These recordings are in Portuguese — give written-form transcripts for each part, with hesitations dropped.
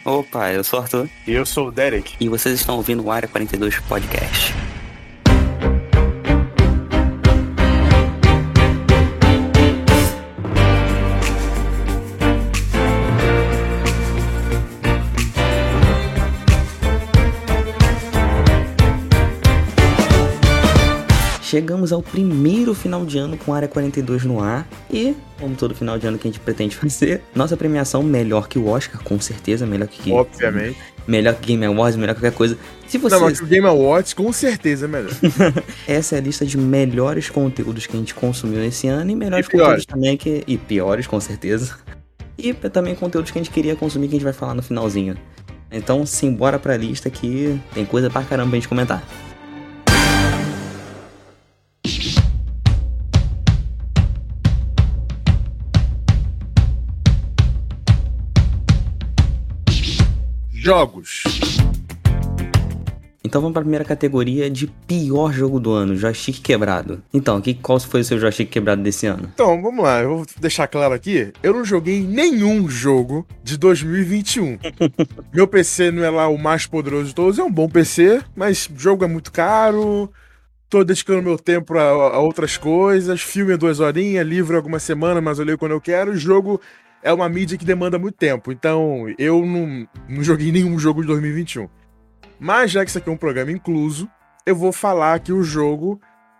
Opa, eu sou o Arthur. E eu sou o Derek. E vocês estão ouvindo o Área 42 Podcast. Chegamos ao primeiro final de ano com Área 42 no ar e, como todo final de ano que a gente pretende fazer, nossa premiação melhor que o Oscar, com certeza, melhor que... Obviamente. Melhor que Game Awards, melhor que qualquer coisa. Se vocês... Não, mas o Game Awards com certeza é melhor. Essa é a lista de melhores conteúdos que a gente consumiu nesse ano e melhores conteúdos também que... E piores, com certeza. E também conteúdos que a gente queria consumir que a gente vai falar no finalzinho. Então, simbora pra lista que tem coisa pra caramba pra gente comentar. Jogos. Então vamos para a primeira categoria de pior jogo do ano, joystick quebrado. Então, qual foi o seu joystick quebrado desse ano? Então, vamos lá, eu vou deixar claro aqui, eu não joguei nenhum jogo de 2021. Meu PC não é lá o mais poderoso de todos, é um bom PC, mas jogo é muito caro, tô dedicando meu tempo a outras coisas, filme é 2 horinhas, livro é alguma semana, mas eu leio quando eu quero, jogo é uma mídia que demanda muito tempo, então eu não joguei nenhum jogo de 2021. Mas já que isso aqui é um programa incluso, eu vou falar aqui o jogo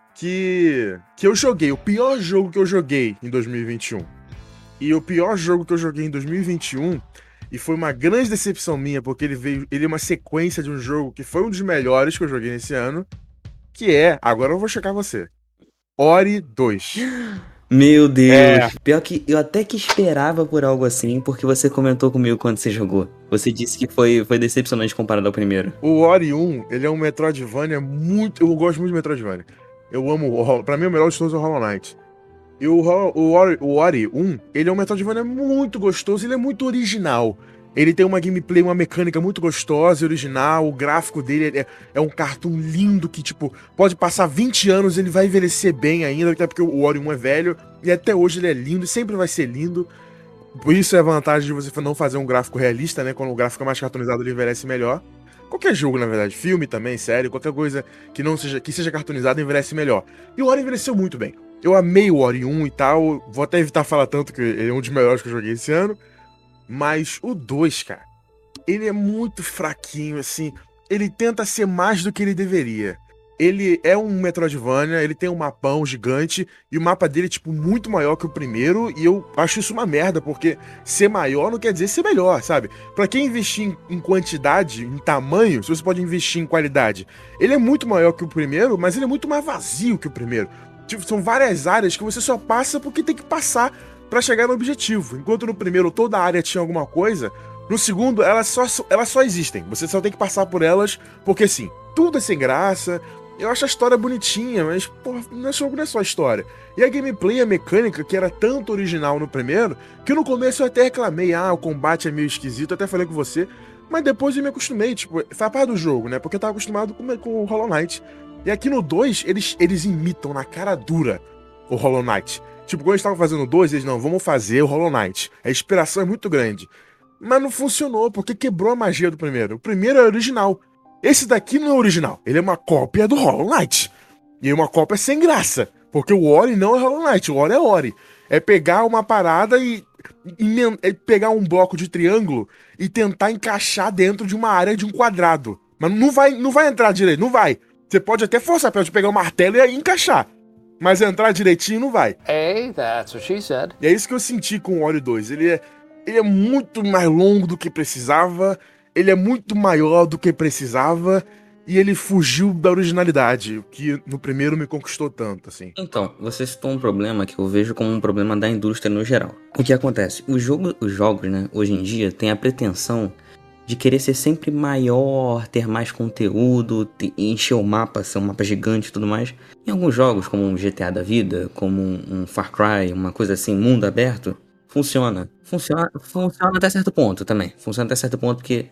que eu joguei, o pior jogo que eu joguei em 2021. E o pior jogo que eu joguei em 2021, e foi uma grande decepção minha, porque ele é uma sequência de um jogo que foi um dos melhores que eu joguei nesse ano, que é, agora eu vou checar você, Ori 2. Meu Deus, Pior que eu até que esperava por algo assim, porque você comentou comigo quando você jogou. Você disse que foi decepcionante comparado ao primeiro. O Ori 1, ele é um Metroidvania muito... Eu gosto muito de Metroidvania. Eu amo... Pra mim, o melhor de todos é o Hollow Knight. E o Ori 1, ele é um Metroidvania muito gostoso, ele é muito original. Ele tem uma gameplay, uma mecânica muito gostosa e original, o gráfico dele é um cartoon lindo que, tipo, pode passar 20 anos, ele vai envelhecer bem ainda, até porque o Ori 1 é velho, e até hoje ele é lindo e sempre vai ser lindo. Por isso é a vantagem de você não fazer um gráfico realista, né? Quando o gráfico é mais cartoonizado, ele envelhece melhor. Qualquer jogo, na verdade, filme também, série, qualquer coisa que seja cartoonizado envelhece melhor. E o Ori envelheceu muito bem. Eu amei o Ori 1 e tal, vou até evitar falar tanto que ele é um dos melhores que eu joguei esse ano. Mas o 2, cara, ele é muito fraquinho, assim. Ele tenta ser mais do que ele deveria. Ele é um Metroidvania, ele tem um mapão gigante, e o mapa dele é, tipo, muito maior que o primeiro, e eu acho isso uma merda, porque ser maior não quer dizer ser melhor, sabe? Pra quem investir em quantidade, em tamanho, se você pode investir em qualidade, ele é muito maior que o primeiro, mas ele é muito mais vazio que o primeiro. Tipo, são várias áreas que você só passa porque tem que passar pra chegar no objetivo. Enquanto no primeiro toda a área tinha alguma coisa, no segundo elas só existem. Você só tem que passar por elas, porque sim, tudo é sem graça. Eu acho a história bonitinha, mas porra, não é só a história. E a gameplay, a mecânica, que era tanto original no primeiro, que no começo eu até reclamei, o combate é meio esquisito, eu até falei com você, mas depois eu me acostumei, tipo, foi a parte do jogo, né? Porque eu tava acostumado com o Hollow Knight. E aqui no 2, eles imitam na cara dura o Hollow Knight. Tipo, quando eles estavam fazendo o 2, eles, não, vamos fazer o Hollow Knight. A inspiração é muito grande. Mas não funcionou, porque quebrou a magia do primeiro. O primeiro é original. Esse daqui não é original. Ele é uma cópia do Hollow Knight. E é uma cópia sem graça. Porque o Ori não é Hollow Knight, o Ori é Ori. É pegar uma parada e pegar um bloco de triângulo e tentar encaixar dentro de uma área de um quadrado. Mas não vai entrar direito, não vai. Você pode até forçar pra pegar um martelo e encaixar. Mas entrar direitinho não vai. Hey, that's what she said. E é isso que eu senti com o Ori 2. Ele é muito mais longo do que precisava, ele é muito maior do que precisava, e ele fugiu da originalidade, o que no primeiro me conquistou tanto, assim. Então, você citou um problema que eu vejo como um problema da indústria no geral. O que acontece? Os jogos, né, hoje em dia, têm a pretensão de querer ser sempre maior, ter mais conteúdo, encher o mapa, ser um mapa gigante e tudo mais. Em alguns jogos, como um GTA da vida, como um Far Cry, uma coisa assim, mundo aberto, funciona. Funciona até certo ponto também. Funciona até certo ponto porque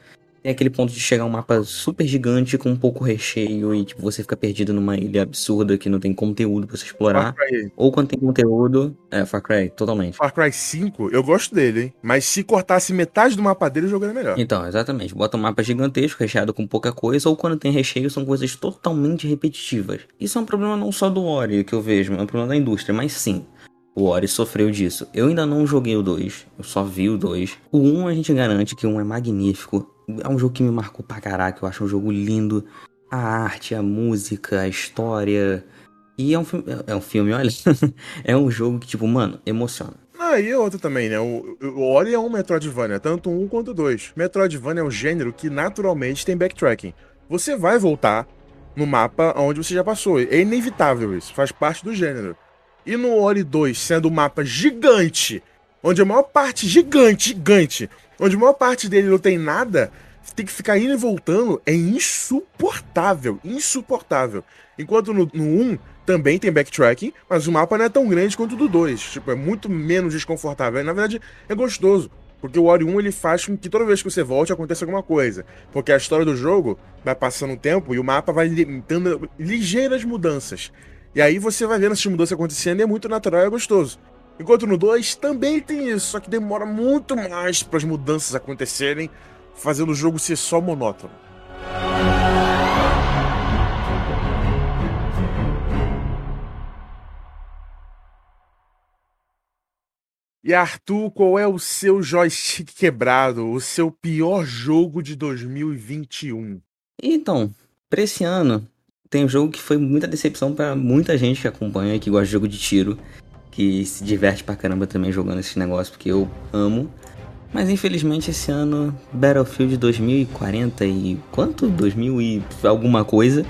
Tem aquele ponto de chegar a um mapa super gigante com um pouco recheio e, tipo, você fica perdido numa ilha absurda que não tem conteúdo pra você explorar. Far Cry, Ou quando tem conteúdo... Far Cry, totalmente. Far Cry 5, eu gosto dele, hein? Mas se cortasse metade do mapa dele, o jogo era melhor. Então, exatamente. Bota um mapa gigantesco, recheado com pouca coisa, ou quando tem recheio, são coisas totalmente repetitivas. Isso é um problema não só do Ori, que eu vejo, é um problema da indústria, mas sim, o Ori sofreu disso. Eu ainda não joguei o 2, eu só vi o 2. O 1 a gente garante que o 1 é magnífico. É um jogo que me marcou pra caraca, eu acho um jogo lindo. A arte, a música, a história... E é um filme, olha. É um jogo que, tipo, mano, emociona. Ah, e outra também, né? O Ori é um Metroidvania, tanto um quanto o 2. Metroidvania é um gênero que naturalmente tem backtracking. Você vai voltar no mapa onde você já passou. É inevitável isso, faz parte do gênero. E no Ori 2, sendo um mapa gigante, onde a maior parte, gigante, onde a maior parte dele não tem nada, você tem que ficar indo e voltando, é insuportável. Enquanto no 1 também tem backtracking, mas o mapa não é tão grande quanto o do 2. Tipo, é muito menos desconfortável. Na verdade, é gostoso. Porque o Ori 1 ele faz com que toda vez que você volte aconteça alguma coisa. Porque a história do jogo vai passando o tempo e o mapa vai tendo ligeiras mudanças. E aí você vai vendo essas mudanças acontecendo e é muito natural e é gostoso. Enquanto no 2 também tem isso, só que demora muito mais para as mudanças acontecerem, fazendo o jogo ser só monótono. E Arthur, qual é o seu joystick quebrado, o seu pior jogo de 2021? Então, pra esse ano, tem um jogo que foi muita decepção pra muita gente que acompanha, que gosta de jogo de tiro, que se diverte pra caramba também jogando esse negócio, porque eu amo. Mas infelizmente esse ano, Battlefield 2040 e quanto? 2000 e alguma coisa.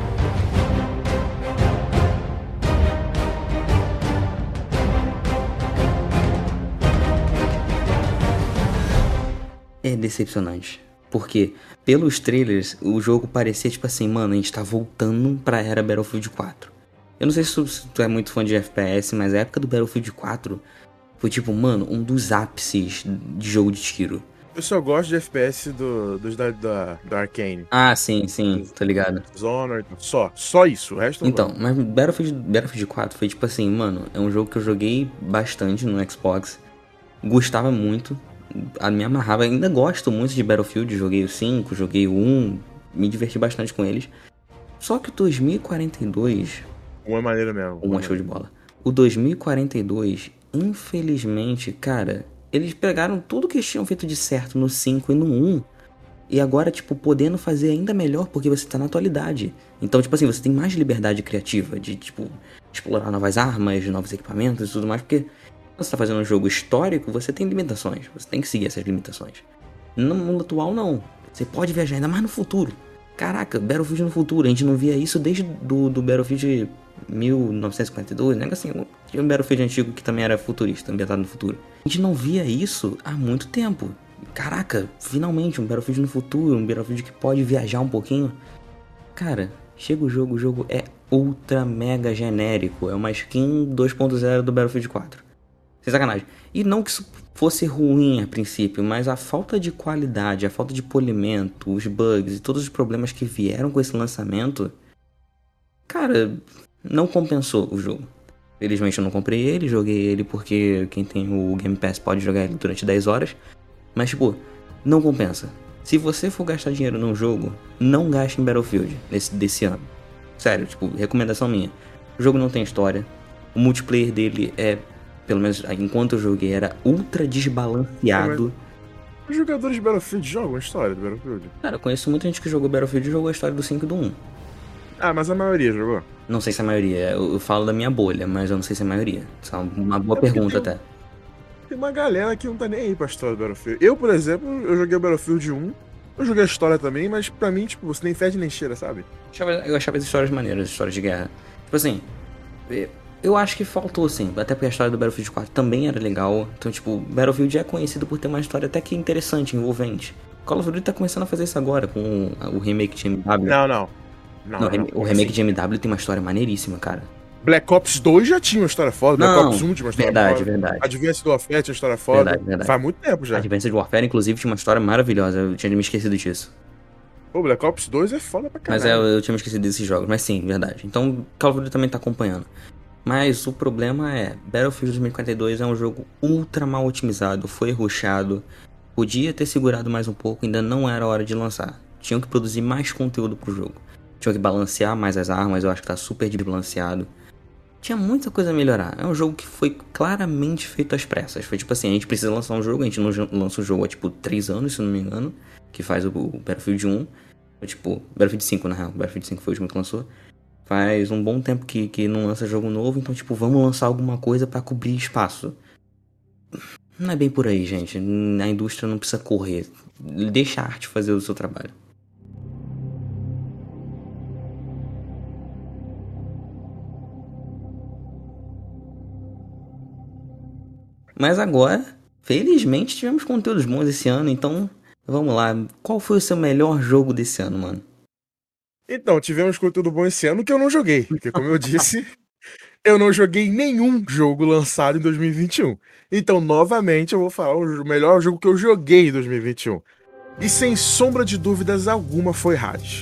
É decepcionante. Porque, pelos trailers, o jogo parecia tipo assim, mano, a gente tá voltando pra era Battlefield 4. Eu não sei se tu é muito fã de FPS, mas a época do Battlefield 4 foi tipo, mano, um dos ápices de jogo de tiro. Eu só gosto de FPS dos da Arcane. Ah, sim, tô ligado. Dishonored, só isso, o resto eu não Então, gosto. mas Battlefield 4 foi tipo assim, mano, é um jogo que eu joguei bastante no Xbox, gostava muito, me amarrava, ainda gosto muito de Battlefield, joguei o 5, joguei o 1, me diverti bastante com eles. Só que o 2042... Uma maneira mesmo. Um show de bola. O 2042, infelizmente, cara, eles pegaram tudo que eles tinham feito de certo no 5 e no 1, e agora, tipo, podendo fazer ainda melhor porque você tá na atualidade. Então, tipo assim, você tem mais liberdade criativa de, tipo, explorar novas armas, novos equipamentos e tudo mais, porque você tá fazendo um jogo histórico, você tem limitações, você tem que seguir essas limitações. No mundo atual, não. Você pode viajar ainda mais no futuro. Caraca, Battlefield no futuro, a gente não via isso desde do Battlefield 1942, né? Assim, tinha um Battlefield antigo que também era futurista, ambientado no futuro. A gente não via isso há muito tempo. Caraca, finalmente um Battlefield no futuro, um Battlefield que pode viajar um pouquinho. Cara, chega o jogo é ultra mega genérico, é uma skin 2.0 do Battlefield 4. Sem sacanagem. E não que isso fosse ruim a princípio, mas a falta de qualidade, a falta de polimento, os bugs e todos os problemas que vieram com esse lançamento, cara, não compensou o jogo. Felizmente eu não comprei ele, joguei ele porque quem tem o Game Pass pode jogar ele durante 10 horas. Mas tipo, não compensa. Se você for gastar dinheiro num jogo, não gaste em Battlefield desse ano. Sério, tipo, recomendação minha. O jogo não tem história. O multiplayer dele é, pelo menos enquanto eu joguei, era ultra desbalanceado. Os jogadores de Battlefield jogam a história do Battlefield? Cara, eu conheço muita gente que jogou Battlefield e jogou a história do 5 e do 1. Ah, mas a maioria jogou? Não sei se é a maioria. Eu falo da minha bolha, mas eu não sei se é a maioria. Isso é uma boa pergunta até. Tem uma galera que não tá nem aí pra história do Battlefield. Eu, por exemplo, eu joguei o Battlefield 1. Eu joguei a história também, mas pra mim, tipo, você nem fede nem cheira, sabe? Eu achava as histórias maneiras, as histórias de guerra. Tipo assim, eu acho que faltou, sim. Até porque a história do Battlefield 4 também era legal. Então, tipo, Battlefield é conhecido por ter uma história até que interessante, envolvente. Call of Duty tá começando a fazer isso agora, com o remake de MW. Não, o remake de MW tem uma história maneiríssima, cara. Black Ops 2 já tinha uma história foda, Black Não, Ops 1 tinha uma história verdade, foda. verdade. Advanced Warfare tinha uma história foda. Verdade. Faz muito tempo já. Advanced Warfare, inclusive, tinha uma história maravilhosa. Eu tinha me esquecido disso. Pô, Black Ops 2 é foda pra caralho. Mas eu tinha me esquecido desses jogos. Mas sim, verdade. Então, Call of Duty também tá acompanhando. Mas o problema é, Battlefield 2042 é um jogo ultra mal otimizado, foi rushado, podia ter segurado mais um pouco, ainda não era hora de lançar. Tinham que produzir mais conteúdo pro jogo. Tinham que balancear mais as armas, eu acho que tá super desbalanceado. Tinha muita coisa a melhorar. É um jogo que foi claramente feito às pressas. Foi tipo assim, a gente precisa lançar um jogo, a gente não lança o jogo há tipo 3 anos, se eu não me engano, que faz o Battlefield 1. Foi, tipo, Battlefield 5 na real, Battlefield 5 foi o último que lançou. Faz um bom tempo que não lança jogo novo, então, tipo, vamos lançar alguma coisa pra cobrir espaço. Não é bem por aí, gente. A indústria não precisa correr. Deixa a arte fazer o seu trabalho. Mas agora, felizmente, tivemos conteúdos bons esse ano, então, vamos lá. Qual foi o seu melhor jogo desse ano, mano? Então, tivemos conteúdo bom esse ano que eu não joguei. Porque, como eu disse, eu não joguei nenhum jogo lançado em 2021. Então, novamente, eu vou falar o melhor jogo que eu joguei em 2021. E sem sombra de dúvidas alguma foi Hades.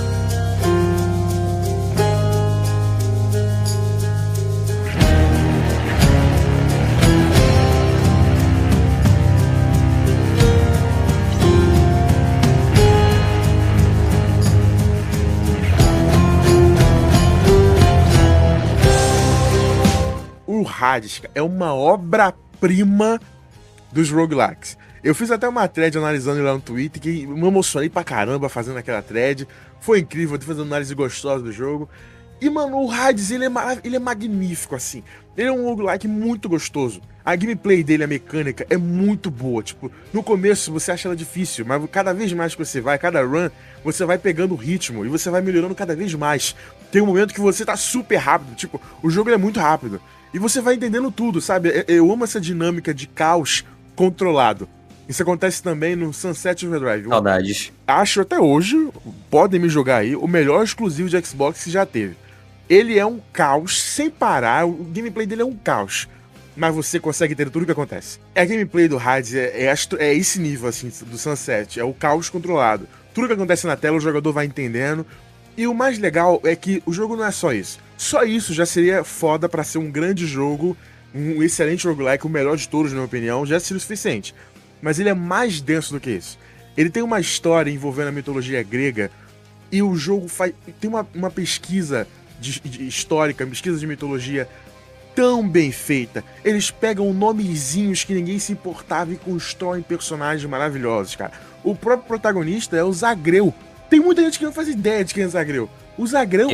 O Hades é uma obra-prima dos roguelikes. Eu fiz até uma thread analisando ele lá no Twitter, que me emocionei pra caramba fazendo aquela thread. Foi incrível, eu tô fazendo análise gostosa do jogo. E, mano, o Hades, ele é magnífico, assim. Ele é um roguelike muito gostoso. A gameplay dele, a mecânica, é muito boa. Tipo, no começo você acha ela difícil, mas cada vez mais que você vai, cada run, você vai pegando o ritmo e você vai melhorando cada vez mais. Tem um momento que você tá super rápido, tipo, o jogo ele é muito rápido. E você vai entendendo tudo, sabe? Eu amo essa dinâmica de caos controlado. Isso acontece também no Sunset Overdrive. Saudades. Acho até hoje, podem me jogar aí, o melhor exclusivo de Xbox que já teve. Ele é um caos sem parar, o gameplay dele é um caos. Mas você consegue ter tudo o que acontece. A gameplay do Hades é esse nível, assim, do Sunset. É o caos controlado. Tudo que acontece na tela, o jogador vai entendendo. E o mais legal é que o jogo não é só isso. Só isso já seria foda pra ser um grande jogo, um excelente roguelike, o melhor de todos, na minha opinião, já seria o suficiente. Mas ele é mais denso do que isso. Ele tem uma história envolvendo a mitologia grega e o jogo tem uma pesquisa histórica, pesquisa de mitologia tão bem feita. Eles pegam nomezinhos que ninguém se importava e constroem personagens maravilhosos, cara. O próprio protagonista é o Zagreu. Tem muita gente que não faz ideia de quem é Zagreu. O Zagreu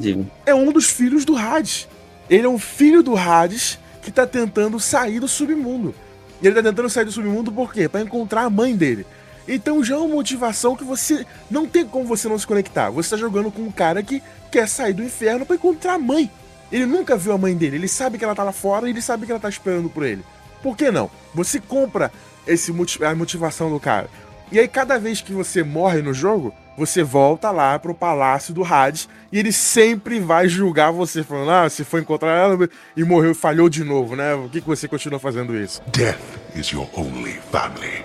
é um dos filhos do Hades. Ele é um filho do Hades que tá tentando sair do submundo. E ele tá tentando sair do submundo por quê? Pra encontrar a mãe dele. Então já é uma motivação que você não tem como você não se conectar. Você tá jogando com um cara que quer sair do inferno pra encontrar a mãe. Ele nunca viu a mãe dele, ele sabe que ela tá lá fora e ele sabe que ela tá esperando por ele. Por que não? Você compra a motivação do cara. E aí cada vez que você morre no jogo, você volta lá pro palácio do Hades e ele sempre vai julgar você, falando, você foi encontrar ela e morreu e falhou de novo, né? Por que você continua fazendo isso? Death is your only family.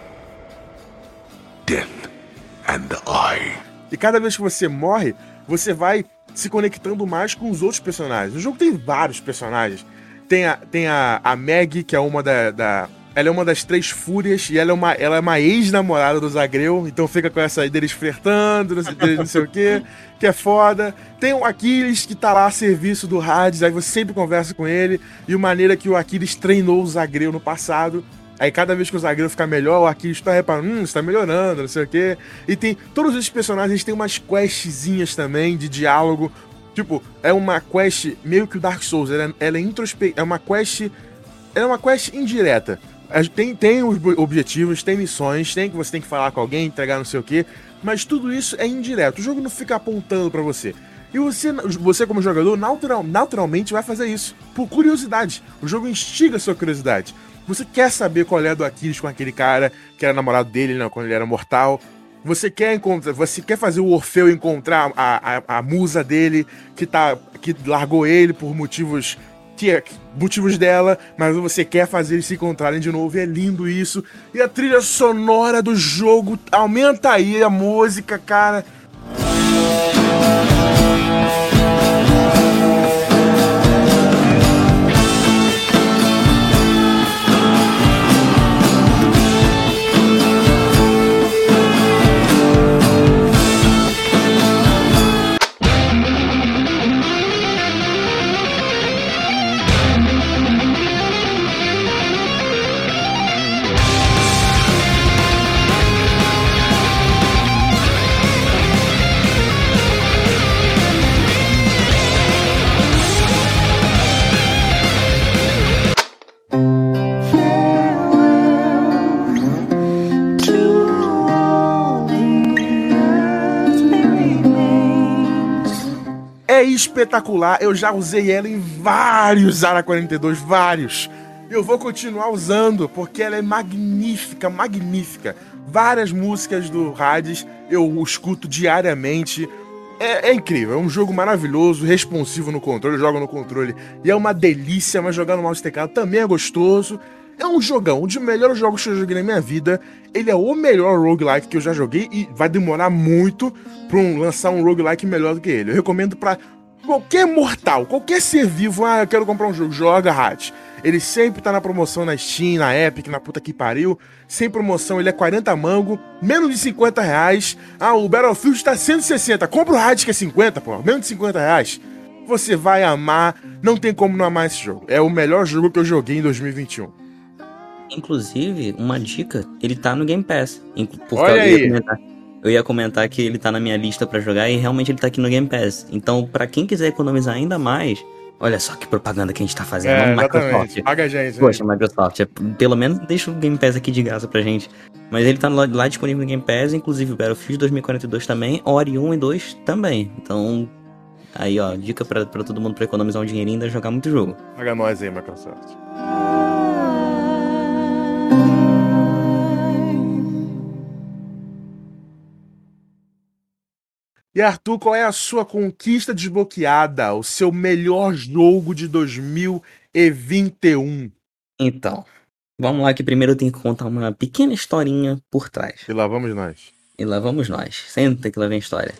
Death and I. E cada vez que você morre, você vai se conectando mais com os outros personagens. O jogo tem vários personagens. Tem a Meg, que é uma ela é uma das 3 fúrias e ela é uma ex-namorada do Zagreu, então fica com essa aí deles flertando, não sei o que é foda. Tem o Aquiles, que tá lá a serviço do Hades, aí você sempre conversa com ele, e a maneira que o Aquiles treinou o Zagreu no passado. Aí cada vez que o Zagreu fica melhor, o Aquiles tá reparando, você tá melhorando, não sei o quê. E tem todos esses personagens, tem umas questzinhas também de diálogo. Tipo, é uma quest meio que o Dark Souls, ela é introspectiva, é uma quest indireta. Tem os objetivos, tem missões, tem que você tem que falar com alguém, entregar não sei o quê, mas tudo isso é indireto. O jogo não fica apontando pra você. E você como jogador, naturalmente vai fazer isso, por curiosidade. O jogo instiga a sua curiosidade. Você quer saber qual é do Aquiles com aquele cara que era namorado dele, quando ele era mortal. Você quer fazer o Orfeu encontrar a musa dele, que largou ele por motivos dela, mas você quer fazer eles se encontrarem de novo, e é lindo isso. E a trilha sonora do jogo, aumenta aí a música, cara. É espetacular, eu já usei ela em vários Ara 42, vários. Eu vou continuar usando, porque ela é magnífica, magnífica. Várias músicas do Hades eu escuto diariamente. É incrível, é um jogo maravilhoso, responsivo no controle, eu jogo no controle e é uma delícia, mas jogar no mouse e teclado também é gostoso. É um jogão, um dos melhores jogos que eu joguei na minha vida. Ele é o melhor roguelike que eu já joguei e vai demorar muito pra lançar um roguelike melhor do que ele. Eu recomendo pra qualquer mortal, qualquer ser vivo. Eu quero comprar um jogo, joga Hades. Ele sempre tá na promoção na Steam, na Epic, na puta que pariu. Sem promoção, ele é 40 mango, menos de 50 reais. O Battlefield tá 160. Compra o Hades que é 50, pô, menos de 50 reais. Você vai amar, não tem como não amar esse jogo. É o melhor jogo que eu joguei em 2021. Inclusive, uma dica, ele tá no Game Pass. Olha aí. Eu ia comentar que ele tá na minha lista pra jogar e realmente ele tá aqui no Game Pass. Então, pra quem quiser economizar ainda mais, olha só que propaganda que a gente tá fazendo. Microsoft. Paga a gente. Poxa, Microsoft, pelo menos deixa o Game Pass aqui de graça pra gente. Mas ele tá lá disponível no Game Pass, inclusive o Battlefield 2042 também, Ori 1 e 2 também. Então, aí ó, dica pra todo mundo pra economizar um dinheirinho e ainda jogar muito jogo. Paga nós aí, Microsoft. E Arthur, qual é a sua conquista desbloqueada? O seu melhor jogo de 2021? Então, vamos lá que primeiro eu tenho que contar uma pequena historinha por trás. E lá vamos nós. Senta que lá vem a história.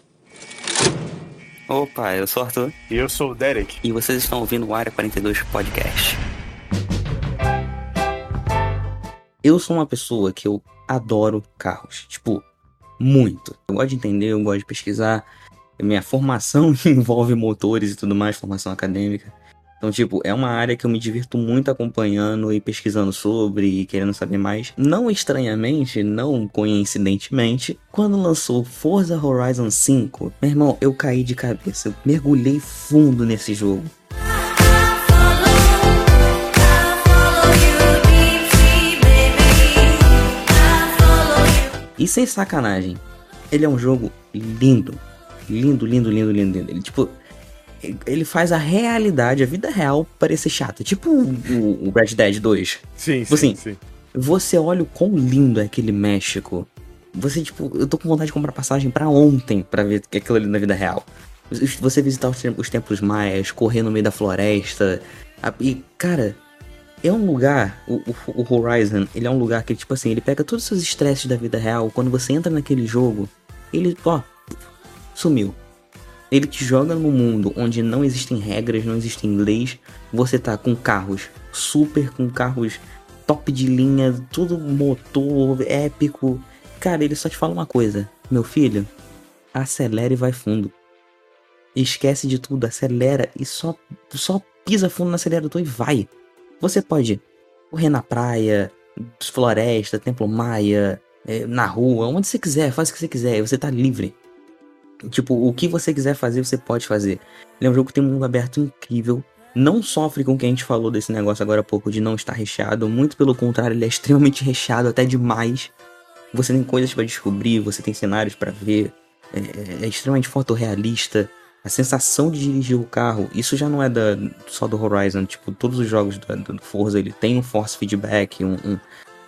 Opa, eu sou o Arthur. E eu sou o Derek. E vocês estão ouvindo o Área 42 Podcast. Eu sou uma pessoa que eu adoro carros. Tipo, muito. Eu gosto de entender, eu gosto de pesquisar. Minha formação envolve motores e tudo mais, formação acadêmica. Então, tipo, é uma área que eu me divirto muito acompanhando e pesquisando sobre e querendo saber mais. Não estranhamente, não coincidentemente, quando lançou Forza Horizon 5, meu irmão, eu caí de cabeça. Eu mergulhei fundo nesse jogo. E sem sacanagem, ele é um jogo lindo. Lindo. Ele, tipo, ele faz a realidade, a vida real, parecer chata. Tipo o Red Dead 2. Sim. Você olha o quão lindo é aquele México. Você, tipo, eu tô com vontade de comprar passagem pra ontem pra ver aquilo ali na vida real. Você visitar os templos maias, correr no meio da floresta. E, cara, é um lugar, o Horizon, ele é um lugar que, tipo assim, ele pega todos os seus estresses da vida real. Quando você entra naquele jogo, ele, sumiu. Ele te joga num mundo onde não existem regras, não existem leis. Você tá com carros com carros top de linha, tudo motor épico. Cara, ele só te fala uma coisa: meu filho, acelera e vai fundo. Esquece de tudo, acelera e só pisa fundo no acelerador e vai. Você pode correr na praia, floresta, templo maia, na rua, onde você quiser, faz o que você quiser, você tá livre. Tipo, o que você quiser fazer, você pode fazer. Ele é um jogo que tem um mundo aberto incrível. Não sofre com o que a gente falou desse negócio agora há pouco de não estar recheado. Muito pelo contrário, ele é extremamente recheado, até demais. Você tem coisas pra descobrir, você tem cenários pra ver. É extremamente fotorrealista. A sensação de dirigir o carro, isso já não é só do Horizon. Tipo, todos os jogos do Forza, ele tem um force feedback,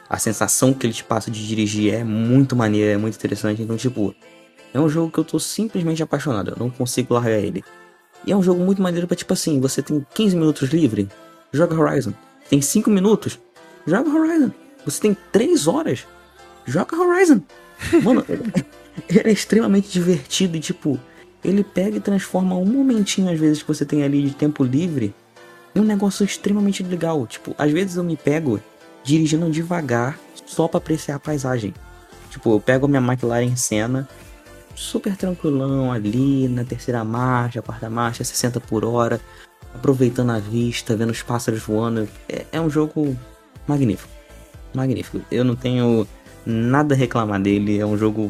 A sensação que ele te passa de dirigir é muito maneira, é muito interessante. Então, tipo, é um jogo que eu tô simplesmente apaixonado. Eu não consigo largar ele. E é um jogo muito maneiro pra, tipo assim, você tem 15 minutos livre, joga Horizon. Tem 5 minutos, joga Horizon. Você tem 3 horas, joga Horizon. Mano, ele é extremamente divertido e, tipo, ele pega e transforma um momentinho, às vezes, que você tem ali de tempo livre em um negócio extremamente legal. Tipo, às vezes eu me pego dirigindo devagar só pra apreciar a paisagem. Tipo, eu pego a minha McLaren em cena, super tranquilão ali, na terceira marcha, quarta marcha, 60 por hora, aproveitando a vista, vendo os pássaros voando. É um jogo magnífico. Magnífico. Eu não tenho nada a reclamar dele. É um jogo...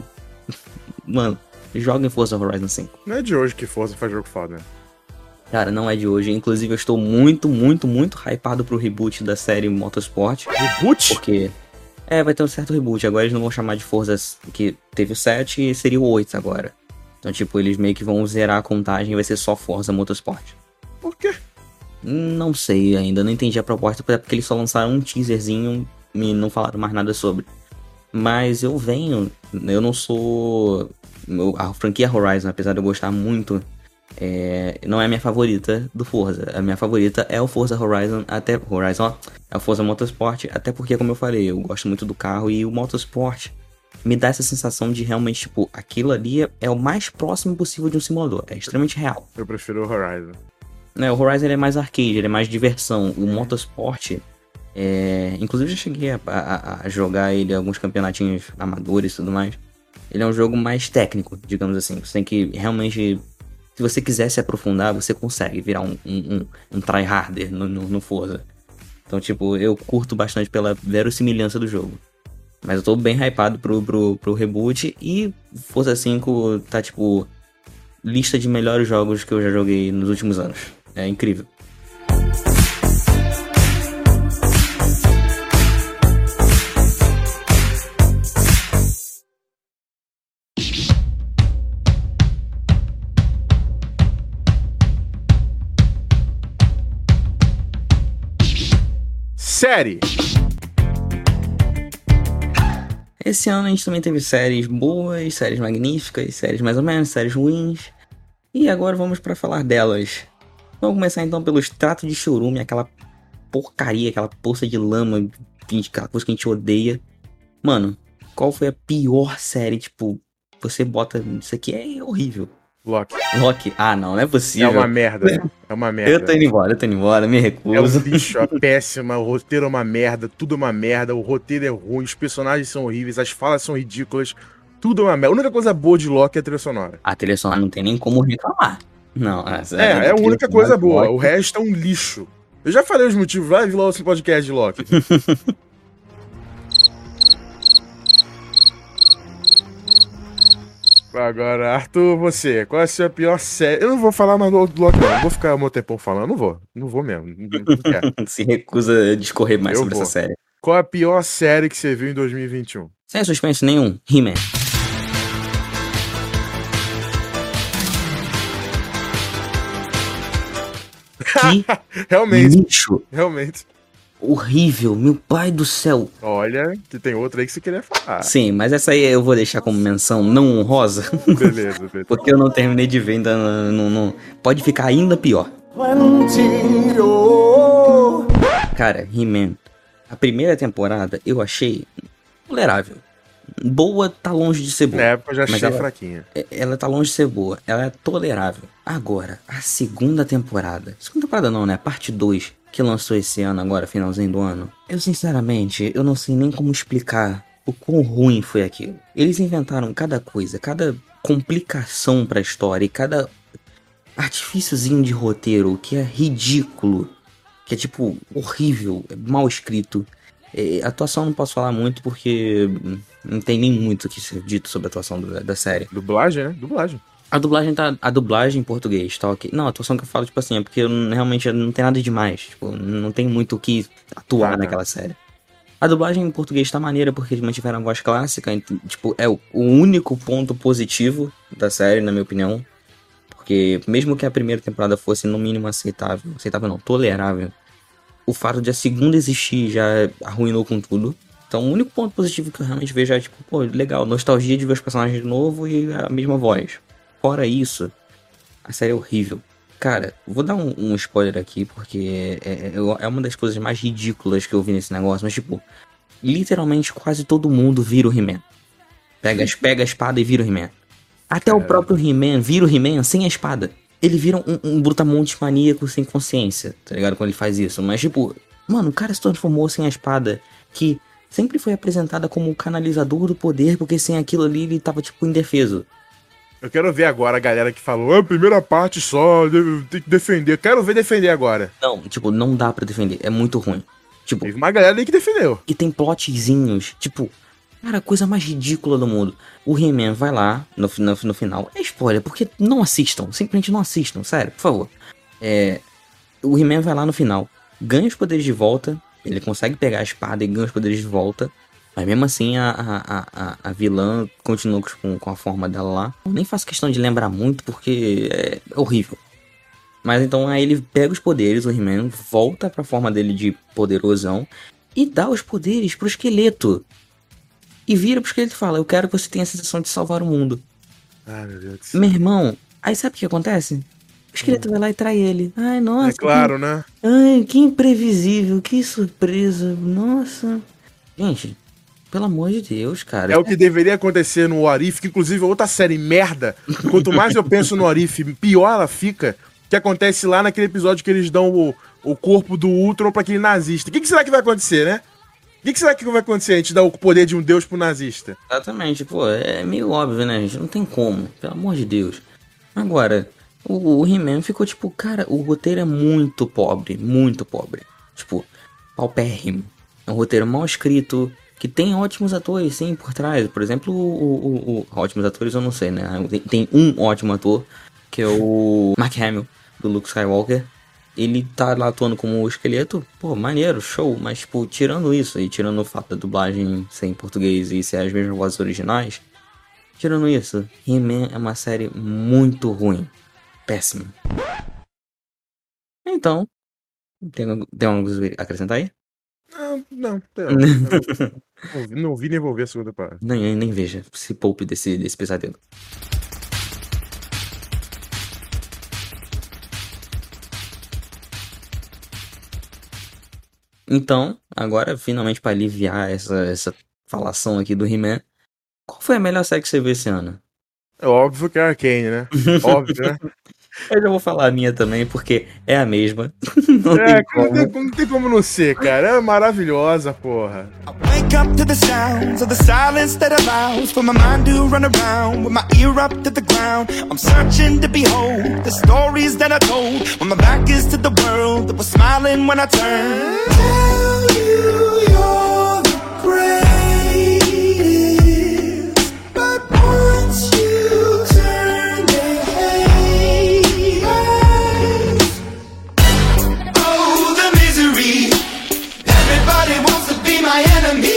Mano, joga em Forza Horizon 5. Não é de hoje que Forza faz jogo foda, né? Cara, não é de hoje. Inclusive, eu estou muito, muito, muito hypado pro reboot da série Motorsport. Reboot? Porque... vai ter um certo reboot. Agora eles não vão chamar de Forza, que teve o 7 e seria o 8 agora. Então, tipo, eles meio que vão zerar a contagem e vai ser só Forza Motorsport. Por quê? Não sei ainda, não entendi a proposta, porque eles só lançaram um teaserzinho e não falaram mais nada sobre. Mas eu não sou... A franquia Horizon, apesar de eu gostar muito, não é a minha favorita do Forza. A minha favorita é o Forza Horizon, é o Forza Motorsport, até porque, como eu falei, eu gosto muito do carro e o Motorsport me dá essa sensação de realmente, tipo, aquilo ali é o mais próximo possível de um simulador, é extremamente real. Eu prefiro o Horizon. O Horizon ele é mais arcade, ele é mais diversão. O Motorsport, inclusive eu já cheguei a jogar ele em alguns campeonatinhos amadores e tudo mais. Ele é um jogo mais técnico, digamos assim. Você tem que realmente, se você quiser se aprofundar, você consegue virar um tryharder no Forza. Então, tipo, eu curto bastante pela verossimilhança do jogo. Mas eu tô bem hypado pro reboot. E Forza 5 tá, tipo, lista de melhores jogos que eu já joguei nos últimos anos. É incrível. Série! Esse ano a gente também teve séries boas, séries magníficas, séries mais ou menos, séries ruins. E agora vamos pra falar delas. Vamos começar então pelo Extrato de Chorume, aquela porcaria, aquela poça de lama, aquela coisa que a gente odeia. Mano, qual foi a pior série, tipo, você bota, isso aqui é horrível. Loki. Ah, não é possível. É uma merda. É uma merda. Eu tô indo embora, me recuso. É um lixo, é péssima, o roteiro é uma merda, tudo é uma merda, o roteiro é ruim, os personagens são horríveis, as falas são ridículas, tudo é uma merda. A única coisa boa de Loki é a trilha sonora. A trilha sonora não tem nem como reclamar. Não, é a única coisa boa, o resto é um lixo. Eu já falei os motivos, vai vir lá o podcast de Loki. Agora, Arthur, você, qual é a sua pior série? Eu não vou falar mais do Loki, não. Eu vou ficar o meu tempão falando. Não vou mesmo. Não quero. Se recusa a discorrer mais sobre essa série. Qual é a pior série que você viu em 2021? Sem suspense nenhum, He-Man. Que realmente. Lixo. Realmente. Horrível, meu pai do céu. Olha, que tem outra aí que você queria falar. Sim, mas essa aí eu vou deixar como menção não honrosa. Beleza. Porque eu não terminei de ver ainda. Não. Pode ficar ainda pior. Cara, He-Man. A primeira temporada eu achei tolerável. Boa tá longe de ser boa. Na época eu já achei fraquinha. Ela tá longe de ser boa. Ela é tolerável. Agora, a segunda temporada. Segunda temporada não, né? Parte 2. Que lançou esse ano agora, finalzinho do ano. Eu sinceramente, eu não sei nem como explicar o quão ruim foi aquilo. Eles inventaram cada coisa, cada complicação pra história e cada artifíciozinho de roteiro que é ridículo, que é tipo horrível, mal escrito. Atuação não posso falar muito porque não tem nem muito o que ser dito sobre a atuação da série. Dublagem, né? Dublagem. A dublagem em português, tá ok. Não, a atuação que eu falo, tipo assim, é porque realmente não tem nada demais. Tipo, não tem muito o que atuar naquela série. A dublagem em português tá maneira porque eles mantiveram a voz clássica. Tipo, é o único ponto positivo da série, na minha opinião. Porque mesmo que a primeira temporada fosse no mínimo aceitável não, tolerável. O fato de a segunda existir já arruinou com tudo. Então o único ponto positivo que eu realmente vejo é, tipo, pô, legal, nostalgia de ver os personagens de novo e a mesma voz. Fora isso, a série é horrível. Cara, vou dar um spoiler aqui, porque é uma das coisas mais ridículas que eu vi nesse negócio, mas tipo, literalmente quase todo mundo vira o He-Man. Pega a espada e vira o He-Man. Até o próprio He-Man vira o He-Man sem a espada. Ele vira um brutamontes maníaco sem consciência, tá ligado? Quando ele faz isso. Mas tipo, mano, o cara se transformou sem a espada, que sempre foi apresentada como o canalizador do poder, porque sem aquilo ali ele tava tipo indefeso. Eu quero ver agora a galera que falou, a primeira parte só, tem que defender. Quero ver defender agora. Não, tipo, não dá pra defender, é muito ruim. Tipo, Teve uma galera aí que defendeu. e tem plotzinhos, tipo, cara, a coisa mais ridícula do mundo. O He-Man vai lá, no final, é spoiler, porque não assistam, simplesmente não assistam, sério, por favor. O He-Man vai lá no final, ganha os poderes de volta, ele consegue pegar a espada e ganha os poderes de volta, mas mesmo assim a vilã continua com a forma dela lá. Eu nem faço questão de lembrar muito, porque é horrível. Mas então aí ele pega os poderes, o He-Man volta pra forma dele de poderosão e dá os poderes pro esqueleto. E vira pro esqueleto e fala, eu quero que você tenha a sensação de salvar o mundo. Ai, meu Deus do céu. Meu irmão, aí sabe o que acontece? O esqueleto vai lá e trai ele. Ai, nossa. É claro, né? Ai, que imprevisível, que surpresa. Nossa. Gente, pelo amor de Deus, cara. É o que deveria acontecer no What If, que inclusive é outra série merda. Quanto mais eu penso no What If, pior ela fica. Que acontece lá naquele episódio que eles dão o corpo do Ultron pra aquele nazista. O que será que vai acontecer, né? O que será que vai acontecer? A gente dá o poder de um deus pro nazista. Exatamente, pô, é meio óbvio, né, gente? Não tem como, pelo amor de Deus. Agora, o He-Man ficou tipo, cara, o roteiro é muito pobre, muito pobre. Tipo, paupérrimo. É um roteiro mal escrito, que tem ótimos atores, sim, por trás. Por exemplo, ótimos atores eu não sei, né? Tem um ótimo ator, que é o Mark Hamill, do Luke Skywalker. Ele tá lá atuando como o esqueleto, pô, maneiro, show. Mas, tipo, tirando isso, e tirando o fato da dublagem ser em português e ser as mesmas vozes originais, tirando isso, He-Man é uma série muito ruim. Péssima. Então, tem algo a acrescentar aí? Não. Não vi nem vou ver a segunda parte. Nem veja, se poupe desse pesadelo. Então, agora, finalmente, pra aliviar essa falação aqui do He-Man, qual foi a melhor série que você viu esse ano? É óbvio que é Arcane, né? Óbvio, né? Eu já vou falar a minha também, porque é a mesma. Não tem como. Não tem como não ser, cara. É maravilhosa, porra. Wake up to the sounds of the silence that allows for my mind to run around with my ear up to the ground. I'm searching to behold the stories that I told when my back is to the world that was smiling when I turned. Tell you you're the greatest, but once you turn they hate us. Oh, the misery. Everybody wants to be my enemy.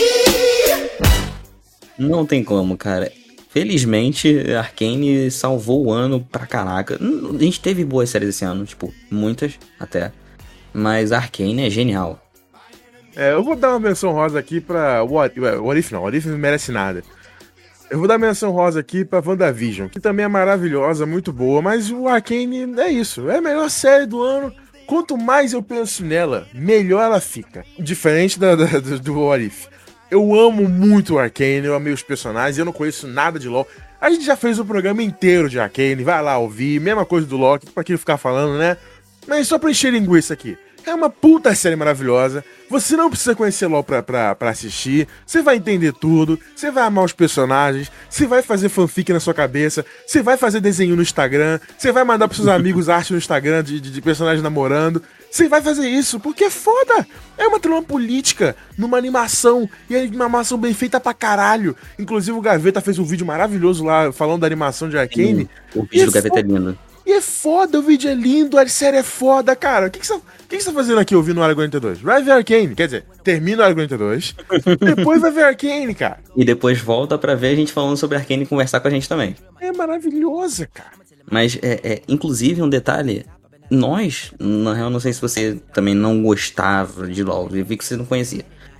Não tem como, cara. Felizmente, Arcane salvou o ano pra caraca. A gente teve boas séries esse ano, tipo, muitas até. Mas Arcane é genial. Eu vou dar uma menção rosa aqui pra What If não. What If não merece nada. Eu vou dar menção rosa aqui pra WandaVision, que também é maravilhosa, muito boa, mas o Arcane é isso. É a melhor série do ano. Quanto mais eu penso nela, melhor ela fica. Diferente do What If. Eu amo muito o Arcane, eu amei os personagens, eu não conheço nada de LoL. A gente já fez o programa inteiro de Arcane, vai lá ouvir, mesma coisa do Loki, pra que ficar falando, né? Mas só pra encher linguiça aqui. É uma puta série maravilhosa. Você não precisa conhecer LoL pra assistir. Você vai entender tudo. Você vai amar os personagens. Você vai fazer fanfic na sua cabeça. Você vai fazer desenho no Instagram. Você vai mandar pros seus amigos arte no Instagram de personagens namorando. Você vai fazer isso porque é foda. É uma trama política numa animação. E é uma animação bem feita pra caralho. Inclusive o Gaveta fez um vídeo maravilhoso lá falando da animação de Arcane. O vídeo do Gaveta é lindo. E é foda, o vídeo é lindo, a série é foda, cara. O que você tá fazendo aqui ouvindo o Área 42? Vai ver Arcane, quer dizer, termina o Área 42, depois vai ver Arcane, cara. E depois volta pra ver a gente falando sobre Arcane e conversar com a gente também. É maravilhosa, cara. Mas, inclusive, um detalhe, nós, na real, não sei se você também não gostava de LoL, eu vi que você não conhecia.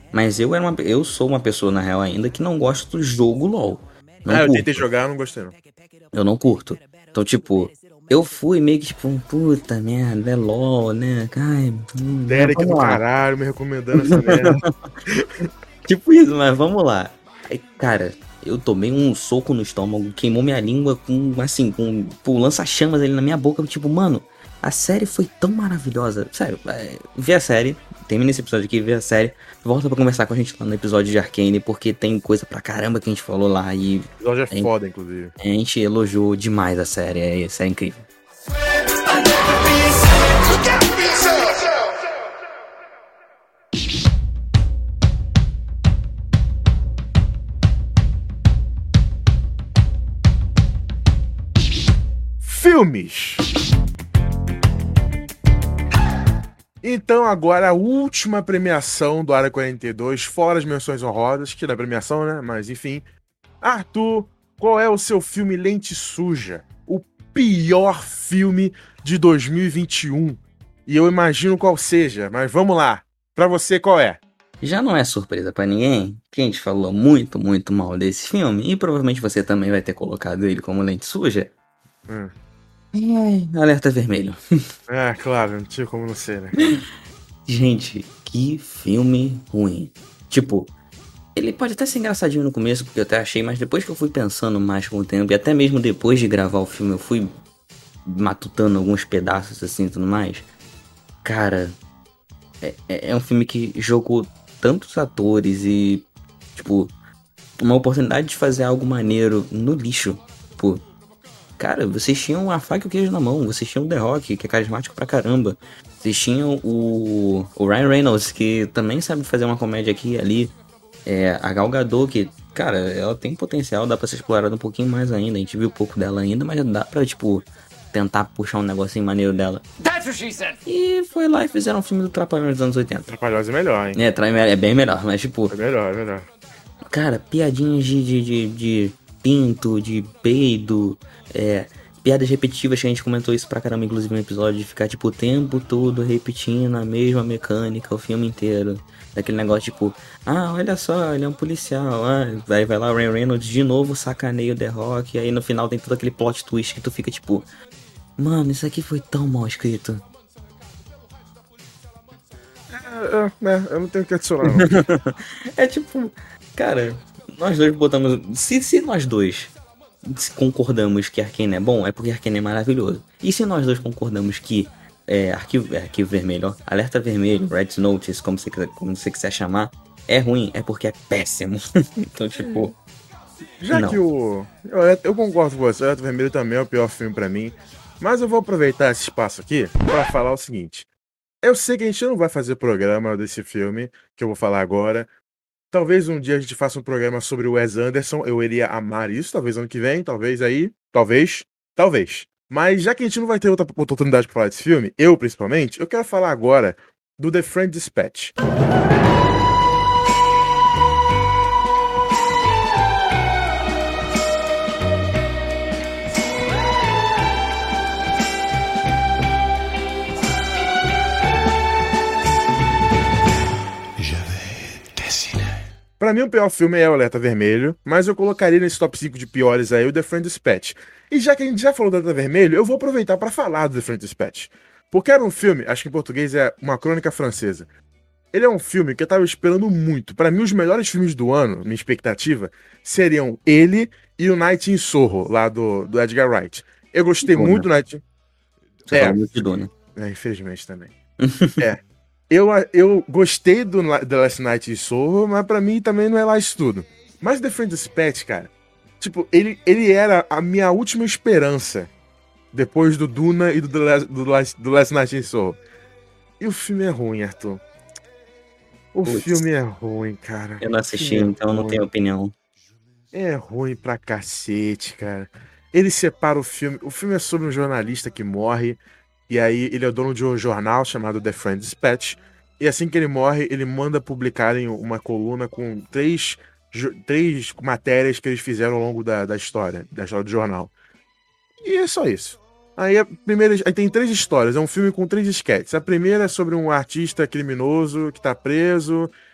Mas eu sou uma pessoa, na real, ainda que não gosta do jogo LoL. Não Eu curto. tentei jogar, não gostei não. Eu não curto. Então, tipo, eu fui meio que tipo, puta merda, é LoL, né? Ai, Derek do vamos lá. caralho, me recomendando essa merda. Tipo isso, mas vamos lá. Aí, cara, eu tomei um soco no estômago, queimou minha língua com, assim, com lança-chamas ali na minha boca. Tipo, mano, a série foi tão maravilhosa. Sério, vê a série, termina esse episódio aqui, vê a série. Volta pra conversar com a gente lá no episódio de Arcane, porque tem coisa pra caramba que a gente falou lá e O episódio é foda, inclusive. a gente elogiou demais a série. Essa é incrível. Filmes. Então agora a última premiação do Área 42, fora as menções honrosas, que não é premiação, né? Mas enfim. Arthur, qual é o seu filme Lente Suja? O pior filme de 2021. E eu imagino qual seja, mas vamos lá. Pra você, qual é? Já não é surpresa pra ninguém que a gente falou muito, muito mal desse filme, e provavelmente você também vai ter colocado ele como Lente Suja. Alerta Vermelho. É, claro, não tinha como não ser, né? Gente, que filme ruim. Tipo, ele pode até ser engraçadinho no começo, porque eu até achei, mas depois que eu fui pensando mais com o tempo, e até mesmo depois de gravar o filme, eu fui matutando alguns pedaços assim e tudo mais. Cara, é um filme que jogou tantos atores e, tipo, uma oportunidade de fazer algo maneiro no lixo. Pô, cara, vocês tinham a faca e o queijo na mão, vocês tinham o The Rock, que é carismático pra caramba. Vocês tinham o Ryan Reynolds, que também sabe fazer uma comédia aqui e ali. A Gal Gadot, que, cara, ela tem potencial, dá pra ser explorada um pouquinho mais ainda. A gente viu pouco dela ainda, mas dá pra, tipo, tentar puxar um negocinho maneiro dela. That's what she said. E foi lá e fizeram um filme do Trapalhões dos anos 80. Trapalhões é melhor, hein? É bem melhor, mas, tipo, É melhor. cara, piadinhas de pinto, de peido, piadas repetitivas, que a gente comentou isso pra caramba, inclusive no episódio, de ficar, tipo, o tempo todo repetindo a mesma mecânica o filme inteiro. Daquele negócio, tipo, olha só, ele é um policial, aí vai lá o Ryan Reynolds de novo, sacaneia o The Rock, e aí no final tem todo aquele plot twist que tu fica, tipo, mano, isso aqui foi tão mal escrito. Eu não tenho o que adicionar, não. É tipo, cara, nós dois botamos. Se nós dois concordamos que Arcane é bom, é porque Arcane é maravilhoso. E se nós dois concordamos que arquivo vermelho, ó, alerta vermelho, Red Notice, como você quiser chamar, é ruim, é porque é péssimo. Então, tipo. Já não. que eu concordo com você, o Alerta Vermelho também é o pior filme pra mim. Mas eu vou aproveitar esse espaço aqui pra falar o seguinte. Eu sei que a gente não vai fazer programa desse filme, que eu vou falar agora. Talvez um dia a gente faça um programa sobre o Wes Anderson. Eu iria amar isso, talvez ano que vem, talvez aí. Talvez. Mas já que a gente não vai ter outra oportunidade pra falar desse filme, eu principalmente, eu quero falar agora do The French Dispatch. Pra mim, o pior filme é o Alerta Vermelho, mas eu colocaria nesse top 5 de piores aí o The French Dispatch. E já que a gente já falou do Alerta Vermelho, eu vou aproveitar pra falar do The French Dispatch. Porque era um filme, acho que em português é Uma Crônica Francesa. Ele é um filme que eu tava esperando muito. Pra mim, os melhores filmes do ano, minha expectativa, seriam ele e o Night in Soho, lá do Edgar Wright. Eu gostei muito do Night... Você fala muito de Duna. Infelizmente também. Eu gostei do The Last Night in Soho, mas pra mim também não é lá isso tudo. Mas The French Dispatch, cara, tipo, ele era a minha última esperança depois do Duna e do Last Night in Soho. E o filme é ruim, Arthur. O filme é ruim, cara. Eu não assisti, então não tenho opinião. É ruim pra cacete, cara. Ele separa o filme. O filme é sobre um jornalista que morre. E aí ele é o dono de um jornal chamado The French Dispatch. E assim que ele morre, ele manda publicarem uma coluna com três matérias que eles fizeram ao longo da história do jornal. E é só isso. Aí tem 3 histórias, é um filme com 3 esquetes. A primeira é sobre um artista criminoso que tá preso.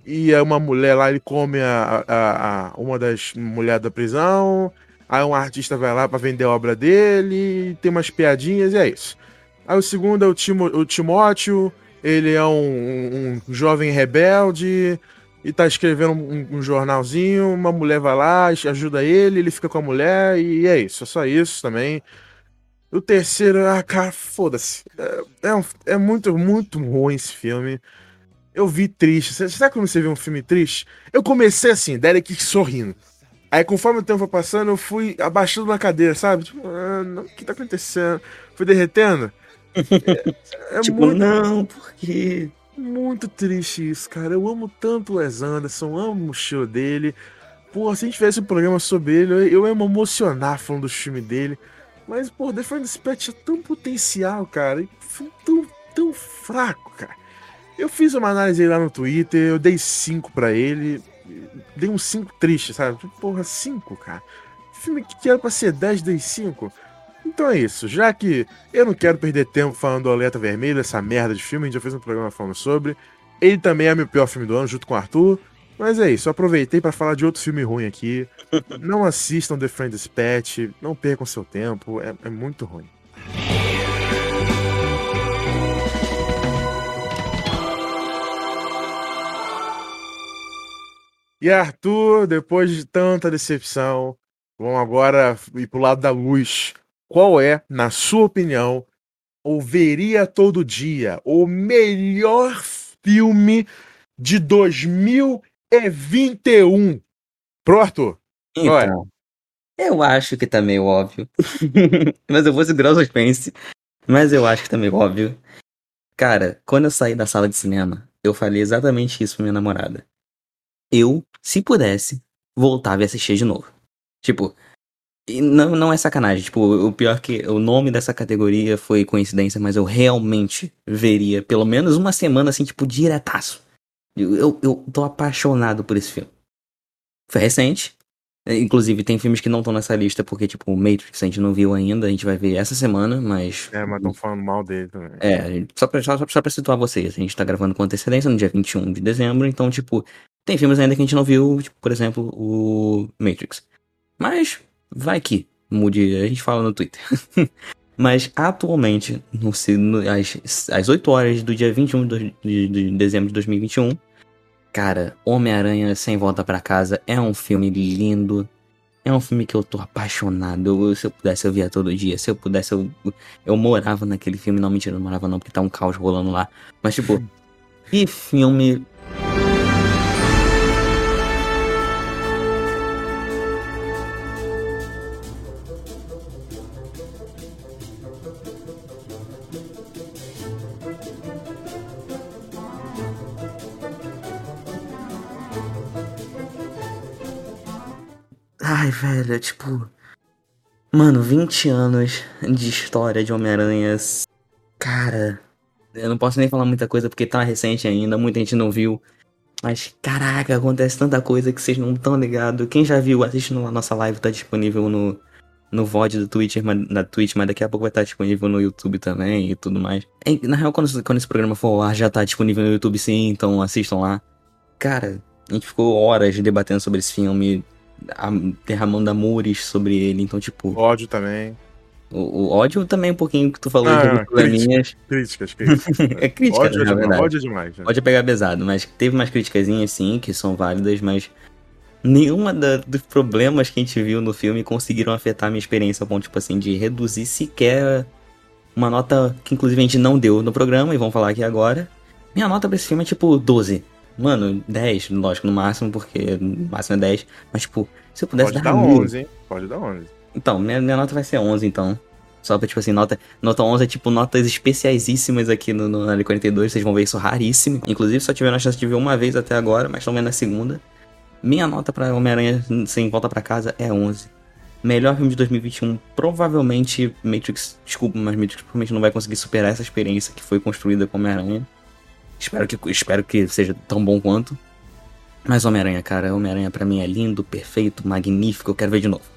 e aí uma mulher lá, ele come uma das mulheres da prisão, aí um artista vai lá pra vender a obra dele, tem umas piadinhas e é isso. Aí o segundo é o Timóteo, ele é um jovem rebelde e tá escrevendo um jornalzinho, uma mulher vai lá, ajuda ele fica com a mulher e é isso, é só isso também. O terceiro, cara, foda-se. É muito, muito ruim esse filme. Eu vi triste. Sabe quando você vê um filme triste? Eu comecei assim, Derek sorrindo. Aí conforme o tempo foi passando, eu fui abaixando na cadeira, sabe? Tipo, não, o que tá acontecendo? Fui derretendo. Tipo, muito, não, por quê? muito triste isso, cara. Eu amo tanto o Wes Anderson, amo o estilo dele. Pô, se a gente tivesse um programa sobre ele, eu ia me emocionar falando do filme dele. Mas, pô, The Friend Dispatch é tão potencial, cara. E foi tão fraco, cara. Eu fiz uma análise aí lá no Twitter, eu dei 5 pra ele. Dei um 5 triste, sabe? Porra, 5, cara. Filme que era pra ser 10, dei 5. Então é isso. Já que eu não quero perder tempo falando do Alerta Vermelho, essa merda de filme, a gente já fez um programa falando sobre. Ele também é meu pior filme do ano, junto com o Arthur. Mas é isso, eu aproveitei pra falar de outro filme ruim aqui. Não assistam The Friend Dispatch, não percam seu tempo, é muito ruim. E Arthur, depois de tanta decepção, vamos agora ir pro lado da luz. Qual é, na sua opinião, ou veria todo dia, o melhor filme de 2021? Pro Arthur. Então, eu acho que tá meio óbvio. Mas eu vou segurar o suspense. Mas eu acho que tá meio óbvio. Cara, quando eu saí da sala de cinema, eu falei exatamente isso pra minha namorada. Eu, se pudesse, voltava e assistia de novo. Tipo, e não é sacanagem. Tipo, o pior que o nome dessa categoria foi coincidência, mas eu realmente veria pelo menos uma semana assim, tipo, diretaço. Eu tô apaixonado por esse filme. Foi recente. Inclusive, tem filmes que não estão nessa lista, porque, tipo, o Matrix a gente não viu ainda, a gente vai ver essa semana, mas... Mas estão falando mal dele também. Só pra situar vocês, a gente tá gravando com antecedência no dia 21 de dezembro, então, tipo, tem filmes ainda que a gente não viu, tipo, por exemplo, o Matrix. Mas, vai que mude, a gente fala no Twitter. Mas, atualmente, às 8 horas do dia 21 de dezembro de 2021... Cara, Homem-Aranha Sem Volta Pra Casa é um filme lindo. É um filme que eu tô apaixonado. Se eu pudesse, eu via todo dia. Se eu pudesse, eu morava naquele filme. Não, mentira, não morava não, porque tá um caos rolando lá. Mas, tipo, que filme... Ai, velho, tipo... Mano, 20 anos de história de Homem-Aranha. Cara, eu não posso nem falar muita coisa porque tá recente ainda, muita gente não viu. Mas, caraca, acontece tanta coisa que vocês não estão ligados. Quem já viu, assiste na nossa live, tá disponível no VOD do Twitch, na Twitch, mas daqui a pouco vai estar disponível no YouTube também e tudo mais. Na real, quando esse programa for ao ar, já tá disponível no YouTube sim, então assistam lá. Cara, a gente ficou horas debatendo sobre esse filme, derramando amores sobre ele, então tipo... Ódio também. O ódio também um pouquinho que tu falou de probleminhas. Críticas. É crítica, ódio, na verdade. Ódio é demais. Né? Ódio é pegar pesado, mas teve umas criticazinhas sim, que são válidas, mas nenhuma dos problemas que a gente viu no filme conseguiram afetar a minha experiência ao ponto, tipo assim, de reduzir sequer uma nota que inclusive a gente não deu no programa, e vamos falar aqui agora. Minha nota pra esse filme é tipo 12. Mano, 10, lógico, no máximo, porque no máximo é 10. Mas, tipo, se eu pudesse Pode dar 11, hein? Pode dar 11. Então, minha nota vai ser 11, então. Só pra, tipo assim, nota 11 é, tipo, notas especiaisíssimas aqui no L42. Vocês vão ver isso raríssimo. Inclusive, só tiveram a chance de ver uma vez até agora, mas estão vendo a segunda. Minha nota pra Homem-Aranha Sem Volta Pra Casa é 11. Melhor filme de 2021, provavelmente Matrix... Desculpa, mas Matrix provavelmente não vai conseguir superar essa experiência que foi construída com Homem-Aranha. Espero que seja tão bom quanto. Mas Homem-Aranha, cara, Homem-Aranha pra mim é lindo, perfeito, magnífico, eu quero ver de novo.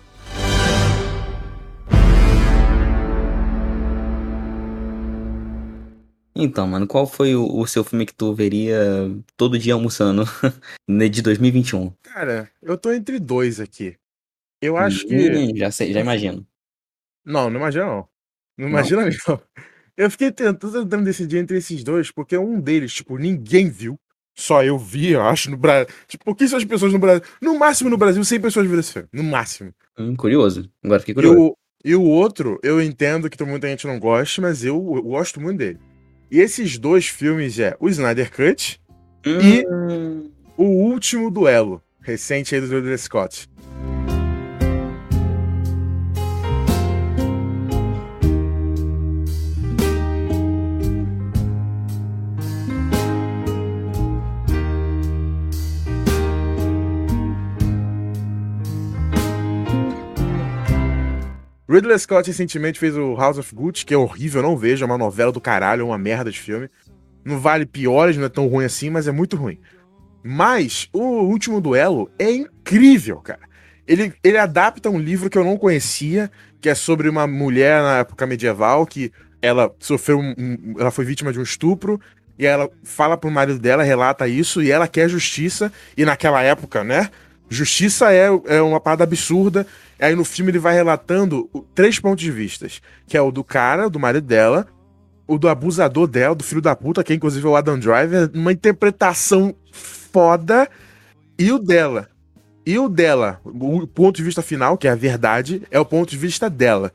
Então, mano, qual foi o seu filme que tu veria todo dia almoçando de 2021? Cara, eu tô entre dois aqui. Eu acho que. Já sei, já imagino. Não imagina não. Não Não? imagina mesmo. Eu fiquei tentando decidir entre esses dois, porque um deles, tipo, ninguém viu. Só eu vi, eu acho, no Brasil. Tipo, pouquíssimas pessoas no Brasil. No máximo no Brasil, 100 pessoas viram esse filme. No máximo. Curioso. Agora fiquei E curioso. o outro, eu entendo que muita gente não gosta, mas eu gosto muito dele. E esses dois filmes é o Snyder Cut e o Último Duelo, recente aí do Ridley Scott. Ridley Scott recentemente fez o House of Gucci, que é horrível, eu não vejo, é uma novela do caralho, é uma merda de filme. Não vale piores, não é tão ruim assim, mas é muito ruim. Mas o Último Duelo é incrível, cara. Ele adapta um livro que eu não conhecia, que é sobre uma mulher na época medieval, que ela sofreu ela foi vítima de um estupro, e ela fala pro marido dela, relata isso, e ela quer justiça, e naquela época, né, justiça é uma parada absurda. Aí no filme ele vai relatando 3 pontos de vista, que é o do cara, do marido dela, o do abusador dela, do filho da puta, que é inclusive o Adam Driver, uma interpretação foda, e o dela. E o dela, o ponto de vista final, que é a verdade, é o ponto de vista dela.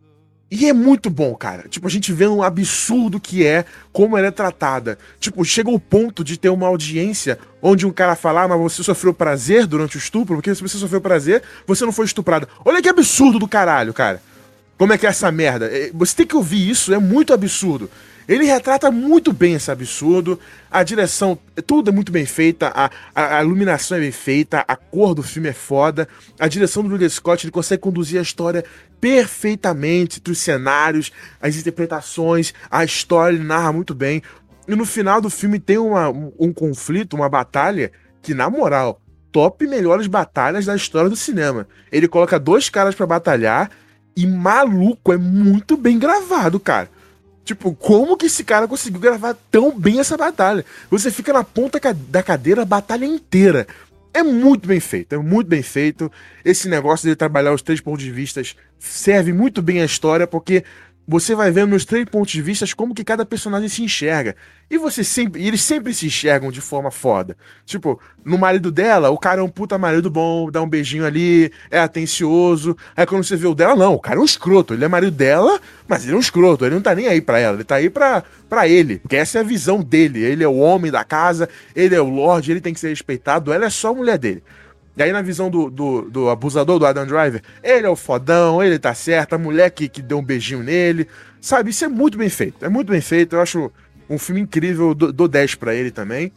E é muito bom, cara. Tipo, a gente vê um absurdo que é como ela é tratada. Tipo, chega ao ponto de ter uma audiência onde um cara fala, mas você sofreu prazer durante o estupro? Porque se você sofreu prazer, você não foi estuprada. Olha que absurdo do caralho, cara. Como é que é essa merda? Você tem que ouvir isso, é muito absurdo. Ele retrata muito bem esse absurdo, a direção, tudo é muito bem feita, a iluminação é bem feita, a cor do filme é foda, a direção do Ridley Scott, ele consegue conduzir a história perfeitamente, entre os cenários, as interpretações, a história, ele narra muito bem. E no final do filme tem um conflito, uma batalha, que na moral, top melhores batalhas da história do cinema. Ele coloca 2 caras pra batalhar e maluco, é muito bem gravado, cara. Tipo, como que esse cara conseguiu gravar tão bem essa batalha? Você fica na ponta da cadeira a batalha inteira. É muito bem feito, é muito bem feito. Esse negócio de trabalhar os 3 pontos de vista serve muito bem a história, porque você vai vendo nos 3 pontos de vista como que cada personagem se enxerga. E eles sempre se enxergam de forma foda. Tipo, no marido dela, o cara é um puta marido bom, dá um beijinho ali, é atencioso. Aí quando você vê o dela, não, o cara é um escroto. Ele é marido dela, mas ele é um escroto. Ele não tá nem aí pra ela, ele tá aí pra ele. Porque essa é a visão dele. Ele é o homem da casa, ele é o lorde, ele tem que ser respeitado. Ela é só a mulher dele. E aí na visão do abusador, do Adam Driver, ele é o fodão, ele tá certo, a mulher que deu um beijinho nele, sabe? Isso é muito bem feito, eu acho um filme incrível, dou 10 pra ele também.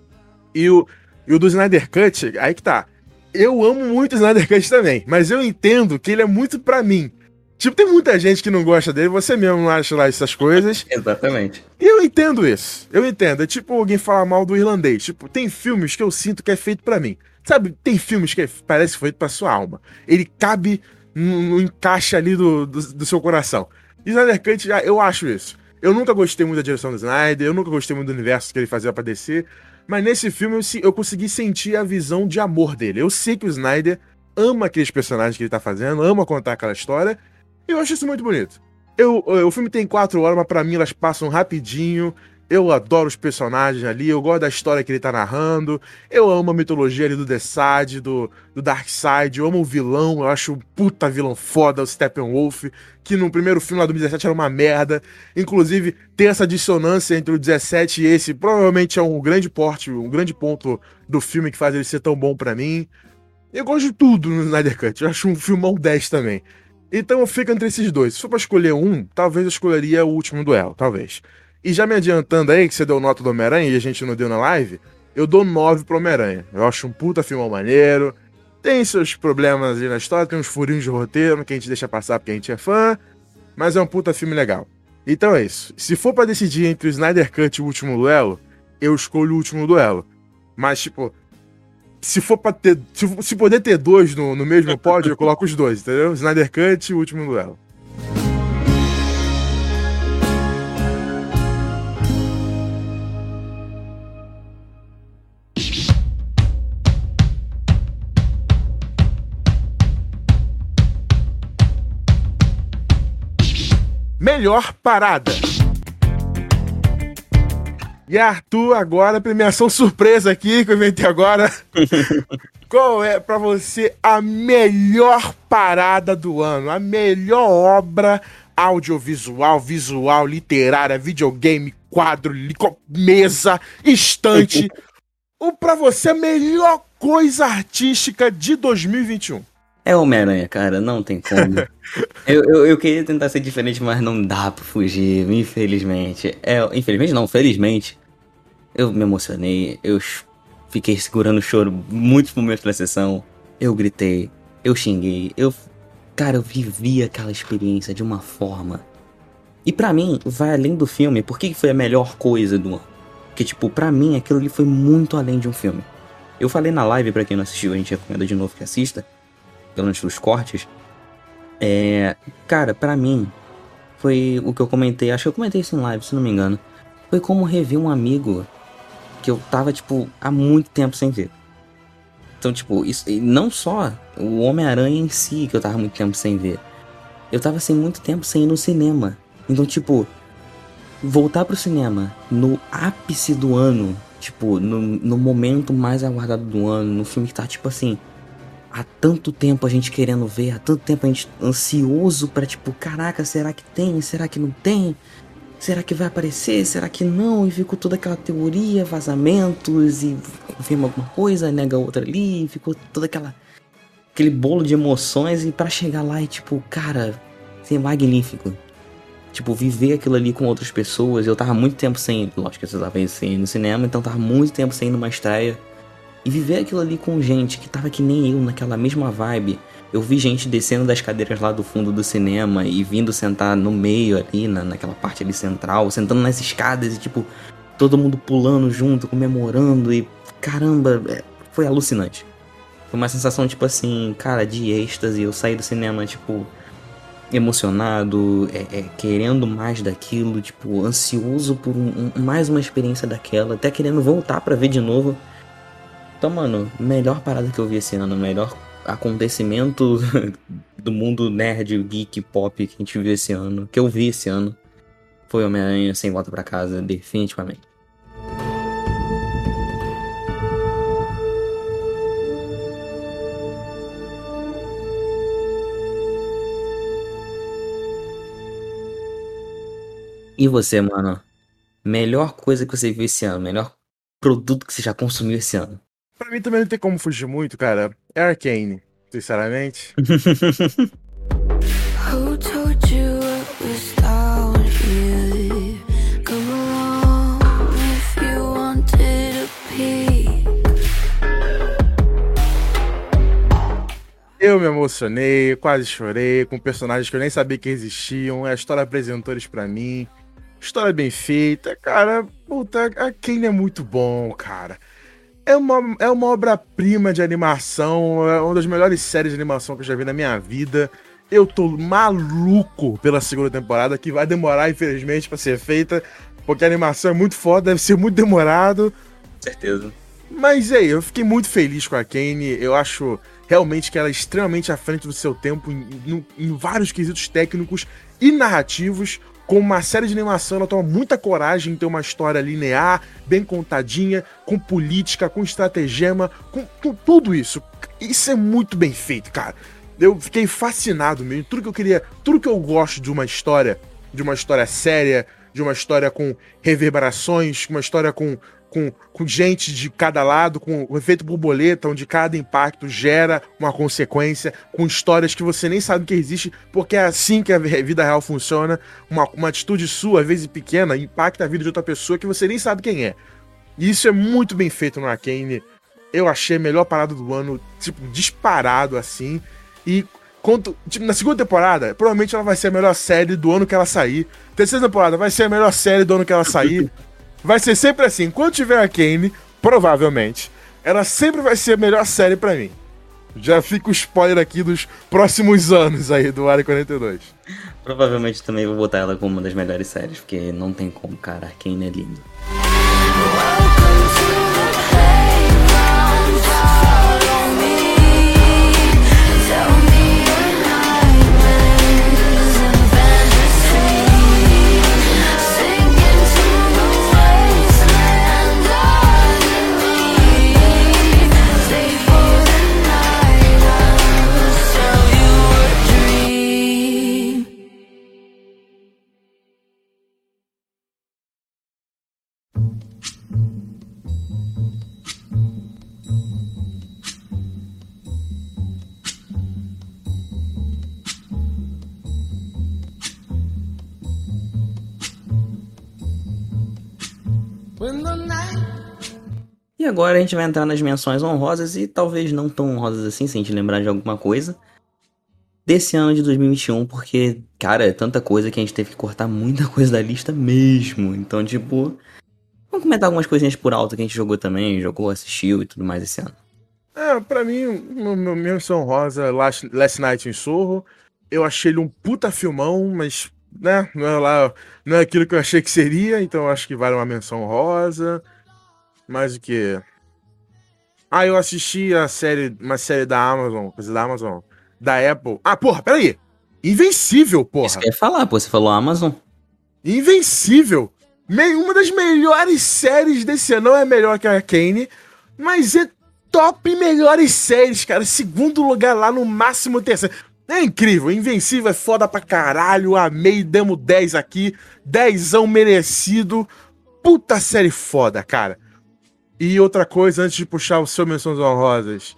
E o do Snyder Cut, aí que tá, eu amo muito o Snyder Cut também, mas eu entendo que ele é muito pra mim. Tipo, tem muita gente que não gosta dele, você mesmo não acha lá essas coisas. Exatamente. E eu entendo isso, eu entendo, é tipo alguém falar mal do irlandês, tipo, tem filmes que eu sinto que é feito pra mim. Sabe, tem filmes que parece feito pra sua alma. Ele cabe no encaixe ali do seu coração. E Snyder Cut, eu acho isso. Eu nunca gostei muito da direção do Snyder, eu nunca gostei muito do universo que ele fazia pra DC, mas nesse filme eu consegui sentir a visão de amor dele. Eu sei que o Snyder ama aqueles personagens que ele tá fazendo, ama contar aquela história, e eu acho isso muito bonito. O filme tem 4 horas, mas pra mim elas passam rapidinho. Eu adoro os personagens ali, eu gosto da história que ele tá narrando, eu amo a mitologia ali do Desaad, do Darkseid, eu amo o vilão, eu acho um puta vilão foda, o Steppenwolf, que no primeiro filme lá do 2017 era uma merda. Inclusive, ter essa dissonância entre o 17 e esse provavelmente é um grande ponto do filme que faz ele ser tão bom pra mim. Eu gosto de tudo no Snyder Cut, eu acho um filmão 10 também. Então eu fico entre esses dois. Se for pra escolher um, talvez eu escolheria o Último Duelo, talvez. E já me adiantando aí, que você deu nota do Homem-Aranha e a gente não deu na live, eu dou 9 pro Homem-Aranha. Eu acho um puta filme maneiro, tem seus problemas ali na história, tem uns furinhos de roteiro que a gente deixa passar porque a gente é fã, mas é um puta filme legal. Então é isso. Se for pra decidir entre o Snyder Cut e o Último Duelo, eu escolho o Último Duelo. Mas, tipo, se for pra ter. Se poder ter 2 no mesmo pódio, eu coloco os 2, entendeu? Snyder Cut e o Último Duelo. melhor parada. E Arthur, agora, premiação surpresa aqui que eu inventei agora. Qual é pra você a melhor parada do ano? A melhor obra audiovisual, visual, literária, videogame, quadro, mesa, estante. Ou pra você a melhor coisa artística de 2021? É Homem-Aranha, cara, não tem como. eu queria tentar ser diferente, mas não dá pra fugir, infelizmente. Infelizmente não, felizmente. Eu me emocionei, eu fiquei segurando o choro muitos momentos da sessão. Eu gritei, eu xinguei, cara, eu vivi aquela experiência de uma forma. E pra mim, vai além do filme. Por que foi a melhor coisa do ano? Porque, tipo, pra mim, aquilo ali foi muito além de um filme. Eu falei na live, pra quem não assistiu, a gente recomenda de novo que assista, pelo menos dos cortes. Cara, pra mim, foi o que eu comentei, acho que eu comentei isso em live, se não me engano. Foi como rever um amigo que eu tava, tipo, há muito tempo sem ver. Então, tipo, isso, e não só o Homem-Aranha em si, que eu tava muito tempo sem ver. Eu tava muito tempo sem ir no cinema. Então, tipo, voltar pro cinema no ápice do ano, tipo, no momento mais aguardado do ano, no filme que tá, tipo assim, há tanto tempo a gente querendo ver, há tanto tempo a gente ansioso pra, tipo, caraca, será que tem? Será que não tem? Será que vai aparecer? Será que não? E ficou toda aquela teoria, vazamentos, e confirma alguma coisa, nega outra ali, e ficou todo aquele bolo de emoções, e pra chegar lá e tipo, cara, ser magnífico. Tipo, viver aquilo ali com outras pessoas. Eu tava muito tempo sem, lógico que eu tava sem ir no cinema, então tava muito tempo sem ir numa estreia. E viver aquilo ali com gente que tava que nem eu, naquela mesma vibe. Eu vi gente descendo das cadeiras lá do fundo do cinema e vindo sentar no meio ali, naquela parte ali central, sentando nas escadas e tipo, todo mundo pulando junto, comemorando e caramba, foi alucinante. Foi uma sensação tipo assim, cara, de êxtase. Eu saí do cinema tipo, emocionado, querendo mais daquilo, tipo, ansioso por mais uma experiência daquela, até querendo voltar pra ver de novo. Então, mano, melhor parada que eu vi esse ano, melhor acontecimento do mundo nerd, geek, pop que a gente viu esse ano, que eu vi esse ano, foi Homem-Aranha Sem Volta Pra Casa, definitivamente. E você, mano? Melhor coisa que você viu esse ano, melhor produto que você já consumiu esse ano? Pra mim também não tem como fugir muito, cara. É Arcane, sinceramente. Who told you it was down here? Come along if you wanted a peek. Eu me emocionei, quase chorei, com personagens que eu nem sabia que existiam. A história apresentou eles pra mim. História bem feita, cara. Puta, Arcane é muito bom, cara. É uma obra-prima de animação, é uma das melhores séries de animação que eu já vi na minha vida. Eu tô maluco pela segunda temporada, que vai demorar, infelizmente, pra ser feita, porque a animação é muito foda, deve ser muito demorado. Certeza. Mas aí, eu fiquei muito feliz com a Arcane. Eu acho realmente que ela é extremamente à frente do seu tempo em vários quesitos técnicos e narrativos. Com uma série de animação, ela toma muita coragem em ter uma história linear, bem contadinha, com política, com estratagema, com tudo isso. Isso é muito bem feito, cara. Eu fiquei fascinado mesmo. Tudo que eu gosto de uma história séria, de uma história com reverberações, uma história com gente de cada lado, com o efeito borboleta, onde cada impacto gera uma consequência, com histórias que você nem sabe que existe, porque é assim que a vida real funciona. Uma atitude sua, às vezes pequena, impacta a vida de outra pessoa que você nem sabe quem é. E isso é muito bem feito no Arcane. Eu achei a melhor parada do ano, tipo, disparado assim. E na segunda temporada, provavelmente ela vai ser a melhor série do ano que ela sair. Terceira temporada vai ser a melhor série do ano que ela sair. Vai ser sempre assim. Enquanto tiver Arcane, provavelmente, ela sempre vai ser a melhor série pra mim. Já fica o spoiler aqui dos próximos anos aí do Área 42. Provavelmente também vou botar ela como uma das melhores séries, porque não tem como, cara. Arcane é lindo. Tell me your nightmares and fantasy. E agora a gente vai entrar nas menções honrosas e talvez não tão honrosas assim, se a gente lembrar de alguma coisa desse ano de 2021, porque, cara, é tanta coisa que a gente teve que cortar muita coisa da lista mesmo. Então, tipo, vamos comentar algumas coisinhas por alto que a gente jogou, assistiu e tudo mais esse ano. Pra mim, meu menção rosa, Last Night in Soho, eu achei ele um puta filmão, mas, né, não é aquilo que eu achei que seria, então eu acho que vale uma menção rosa. Mais o que? Eu assisti uma série da Amazon, da Apple. Porra, peraí! Invencível, porra! Isso que eu ia falar, pô, você falou Amazon. Invencível! Uma das melhores séries desse ano. Não é melhor que a Arcane, mas é top melhores séries, cara. Segundo lugar lá, no máximo terceiro. É incrível, Invencível é foda pra caralho. Amei, demos 10 aqui. 10ão merecido. Puta série foda, cara. E outra coisa, antes de puxar o seu menções honrosas.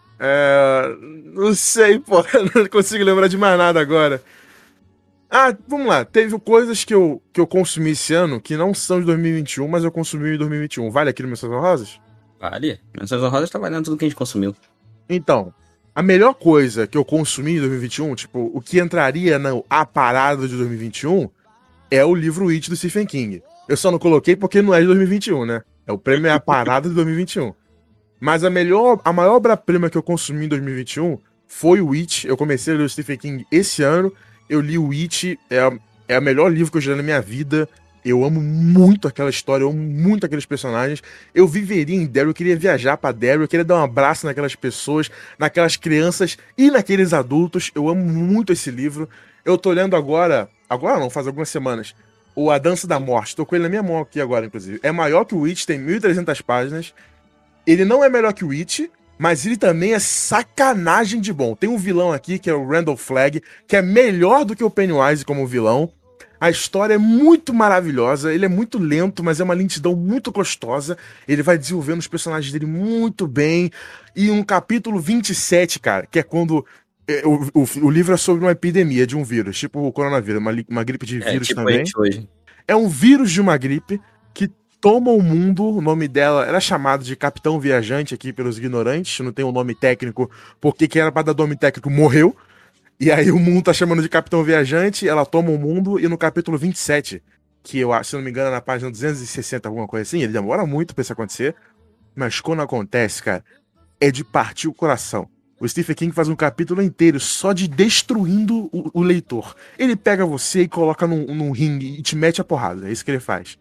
Não sei, pô. Não consigo lembrar de mais nada agora. Vamos lá. Teve coisas que eu consumi esse ano que não são de 2021, mas eu consumi em 2021. Vale aqui no menções honrosas? Vale. Menções honrosas tá valendo tudo que a gente consumiu. Então, a melhor coisa que eu consumi em 2021, tipo, o que entraria na parada de 2021, é o livro It do Stephen King. Eu só não coloquei porque não é de 2021, né? O prêmio é a parada de 2021. Mas a maior obra-prima que eu consumi em 2021 foi o It. Eu comecei a ler o Stephen King esse ano. Eu li o It. É o melhor livro que eu já li na minha vida. Eu amo muito aquela história. Eu amo muito aqueles personagens. Eu viveria em Derry. Eu queria viajar pra Derry. Eu queria dar um abraço naquelas pessoas, naquelas crianças e naqueles adultos. Eu amo muito esse livro. Eu tô lendo agora... Agora não, faz algumas semanas. A Dança da Morte. Tô com ele na minha mão aqui agora, inclusive. É maior que o It, tem 1.300 páginas. Ele não é melhor que o It, mas ele também é sacanagem de bom. Tem um vilão aqui, que é o Randall Flagg, que é melhor do que o Pennywise como vilão. A história é muito maravilhosa, ele é muito lento, mas é uma lentidão muito gostosa. Ele vai desenvolvendo os personagens dele muito bem. E no capítulo 27, cara, que é quando... O livro é sobre uma epidemia de um vírus, tipo o coronavírus, uma gripe de vírus tipo também. Hoje. É um vírus de uma gripe que toma o mundo. O nome dela era chamado de Capitão Viajante aqui pelos ignorantes, não tem um nome técnico, porque quem era pra dar nome técnico morreu. E aí o mundo tá chamando de Capitão Viajante, ela toma o mundo, e no capítulo 27, que eu acho, se não me engano, na página 260, alguma coisa assim, ele demora muito pra isso acontecer, mas quando acontece, cara, é de partir o coração. O Stephen King faz um capítulo inteiro só de destruindo o leitor. Ele pega você e coloca num ringue e te mete a porrada. É isso que ele faz.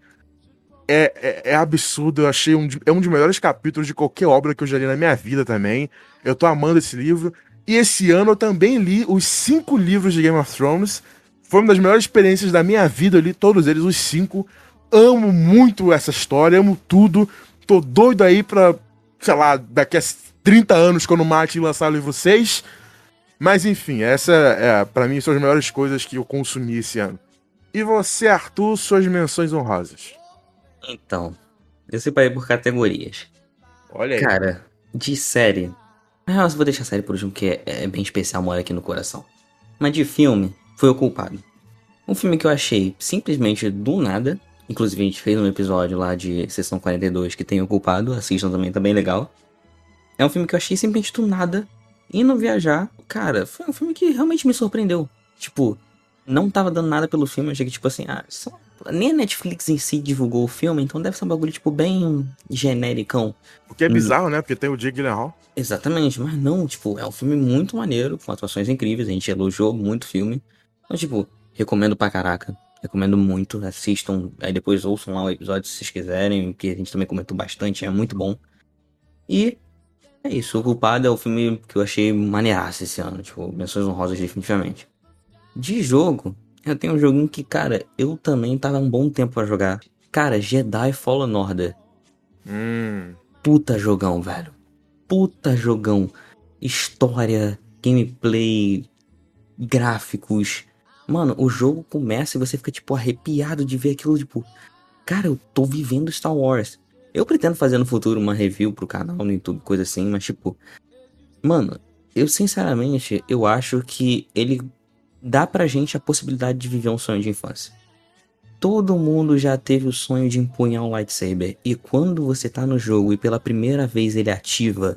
É absurdo. Eu achei um dos melhores capítulos de qualquer obra que eu já li na minha vida também. Eu tô amando esse livro. E esse ano eu também li os 5 livros de Game of Thrones. Foi uma das melhores experiências da minha vida. Eu li todos eles, os 5. Amo muito essa história, amo tudo. Tô doido aí pra, sei lá, daqui a 30 anos, quando o Martin lançar o livro 6. Mas enfim, essa pra mim são as melhores coisas que eu consumi esse ano. E você, Arthur, suas menções honrosas? Então, eu separei por categorias. Olha aí. Cara, de série... eu vou deixar a série por último, porque é bem especial, mora aqui no coração. Mas de filme, foi O Culpado. Um filme que eu achei simplesmente do nada. Inclusive a gente fez um episódio lá de Sessão 42 que tem O Culpado, assistam também, tá bem legal. É um filme que eu achei simplesmente do nada, indo viajar. Cara, foi um filme que realmente me surpreendeu. Tipo, não tava dando nada pelo filme, eu achei que tipo assim, nem a Netflix em si divulgou o filme, então deve ser um bagulho tipo bem genericão. O que é bizarro, né? Porque tem o Jake Gyllenhaal. Exatamente, mas não, tipo, é um filme muito maneiro, com atuações incríveis, a gente elogiou muito o filme. Então, tipo, recomendo pra caraca, recomendo muito, assistam, aí depois ouçam lá o episódio se vocês quiserem, que a gente também comentou bastante, é muito bom. E é isso, O Culpado é o filme que eu achei maneiraço esse ano, tipo, menções honrosas definitivamente. De jogo, eu tenho um joguinho que, cara, eu também tava um bom tempo pra jogar. Cara, Jedi Fallen Order. Puta jogão, velho. Puta jogão. História, gameplay, gráficos. Mano, o jogo começa e você fica, tipo, arrepiado de ver aquilo, tipo... Cara, eu tô vivendo Star Wars. Eu pretendo fazer no futuro uma review pro canal no YouTube, coisa assim, mas, tipo... Mano, eu sinceramente, eu acho que ele dá pra gente a possibilidade de viver um sonho de infância. todo mundo já teve o sonho de empunhar um lightsaber. E quando você tá no jogo e pela primeira vez ele ativa...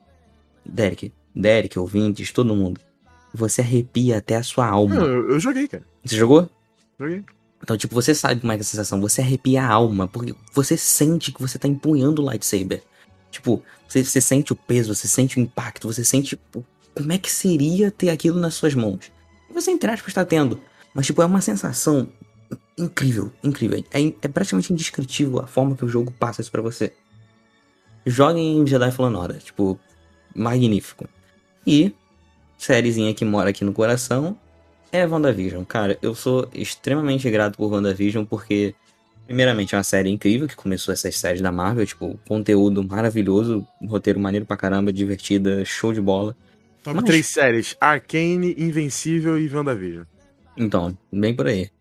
Derek, ouvintes, todo mundo. Você arrepia até a sua alma. Não, eu joguei, cara. Você jogou? Joguei. Então, tipo, você sabe como é que é a sensação. Você arrepia a alma, porque você sente que você tá empunhando o lightsaber. Tipo, você sente o peso, você sente o impacto, você sente, tipo, como é que seria ter aquilo nas suas mãos. E você, entre aspas, tá tendo. Mas, tipo, é uma sensação incrível, incrível. É praticamente indescritível a forma que o jogo passa isso pra você. Joguem Jedi Fallen Order, tipo, magnífico. E, sériezinha que mora aqui no coração, é WandaVision. Cara, eu sou extremamente grato por WandaVision, porque, primeiramente, é uma série incrível que começou essas séries da Marvel, tipo, conteúdo maravilhoso, roteiro maneiro pra caramba, divertida, show de bola. Top Mas- 3 séries: Arcane, Invencível e WandaVision. Então, bem por aí.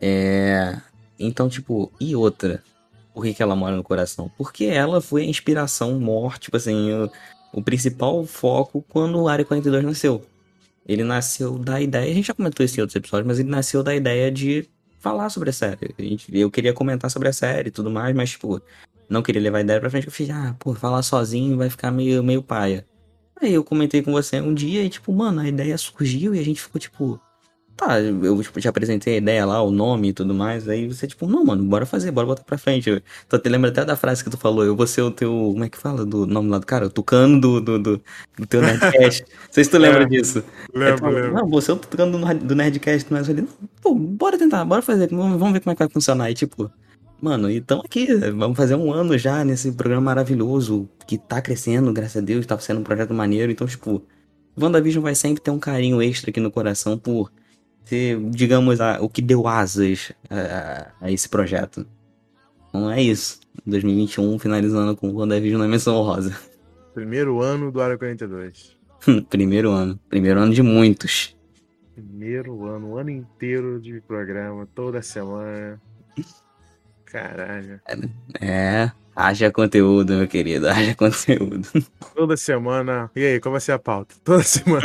Então, tipo, e outra? Por que ela mora no coração? Porque ela foi a inspiração maior, tipo assim, o principal foco quando o Área 42 nasceu. Ele nasceu da ideia, a gente já comentou isso em outros episódios, mas ele nasceu da ideia de falar sobre a série. Eu queria comentar sobre a série e tudo mais, mas, tipo, não queria levar a ideia pra frente. Eu fiz, falar sozinho vai ficar meio paia. Aí eu comentei com você um dia e, tipo, mano, a ideia surgiu e a gente ficou, tipo... Tá, eu tipo, te apresentei a ideia lá, o nome e tudo mais, aí você, tipo, não, mano, bora fazer, bora botar pra frente. Tu te lembra até da frase que tu falou, eu vou ser o teu, como é que fala do nome lá do cara? O tucano do teu Nerdcast. Não sei se tu lembra disso. Lembro. Não, você é o tucano do Nerdcast, mas eu falei, pô, bora tentar, bora fazer, vamos ver como é que vai funcionar. E tipo, mano, e tamo aqui, vamos fazer um ano já nesse programa maravilhoso, que tá crescendo, graças a Deus, tá sendo um projeto maneiro, então, tipo, WandaVision vai sempre ter um carinho extra aqui no coração por ser, digamos, o que deu asas a esse projeto. Então é isso. 2021 finalizando com WandaVision na menção honrosa. Primeiro ano do Área 42. Primeiro ano de muitos. Primeiro ano, o ano inteiro de programa, toda semana. Caralho. Haja conteúdo, meu querido, haja conteúdo. Toda semana. E aí, qual vai ser a pauta? Toda semana.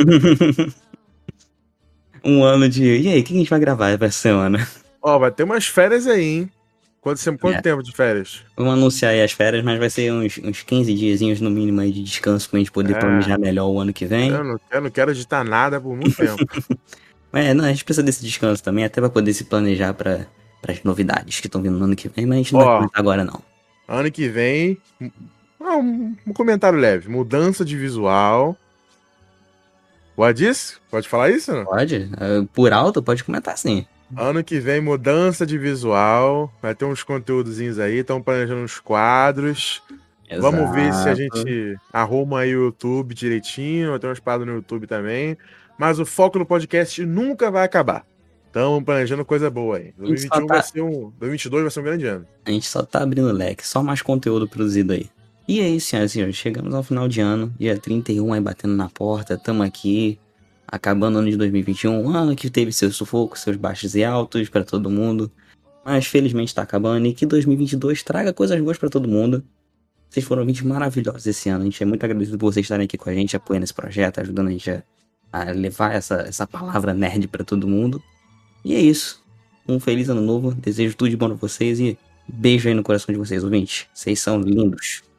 Um ano de... E aí, o que a gente vai gravar pra essa semana? Ó, vai ter umas férias aí, hein? Quanto tempo de férias? Vamos anunciar aí as férias, mas vai ser uns 15 diazinhos no mínimo aí de descanso pra gente poder planejar melhor o ano que vem. Eu não quero editar nada por muito tempo. Não, a gente precisa desse descanso também, até pra poder se planejar para as novidades que estão vindo no ano que vem, mas a gente não vai comentar agora não. Ano que vem... um comentário leve. Mudança de visual. Pode isso? Pode falar isso? Não? Pode? Por alto, pode comentar sim. Ano que vem, mudança de visual. Vai ter uns conteúdozinhos aí. Estamos planejando uns quadros. Exato. Vamos ver se a gente arruma aí o YouTube direitinho. Vai ter umas paradas no YouTube também. Mas o foco no podcast nunca vai acabar. Estamos planejando coisa boa aí. 2022 vai ser um grande ano. A gente só tá abrindo leque, só mais conteúdo produzido aí. E é isso, senhoras e senhores. Chegamos ao final de ano, dia 31 aí batendo na porta. Tamo aqui, acabando o ano de 2021. Um ano que teve seus sufocos, seus baixos e altos pra todo mundo. Mas felizmente tá acabando e que 2022 traga coisas boas pra todo mundo. Vocês foram ouvintes maravilhosos esse ano. A gente é muito agradecido por vocês estarem aqui com a gente, apoiando esse projeto, ajudando a gente a levar essa palavra nerd pra todo mundo. E é isso. Um feliz ano novo. Desejo tudo de bom pra vocês e beijo aí no coração de vocês, ouvintes. Vocês são lindos.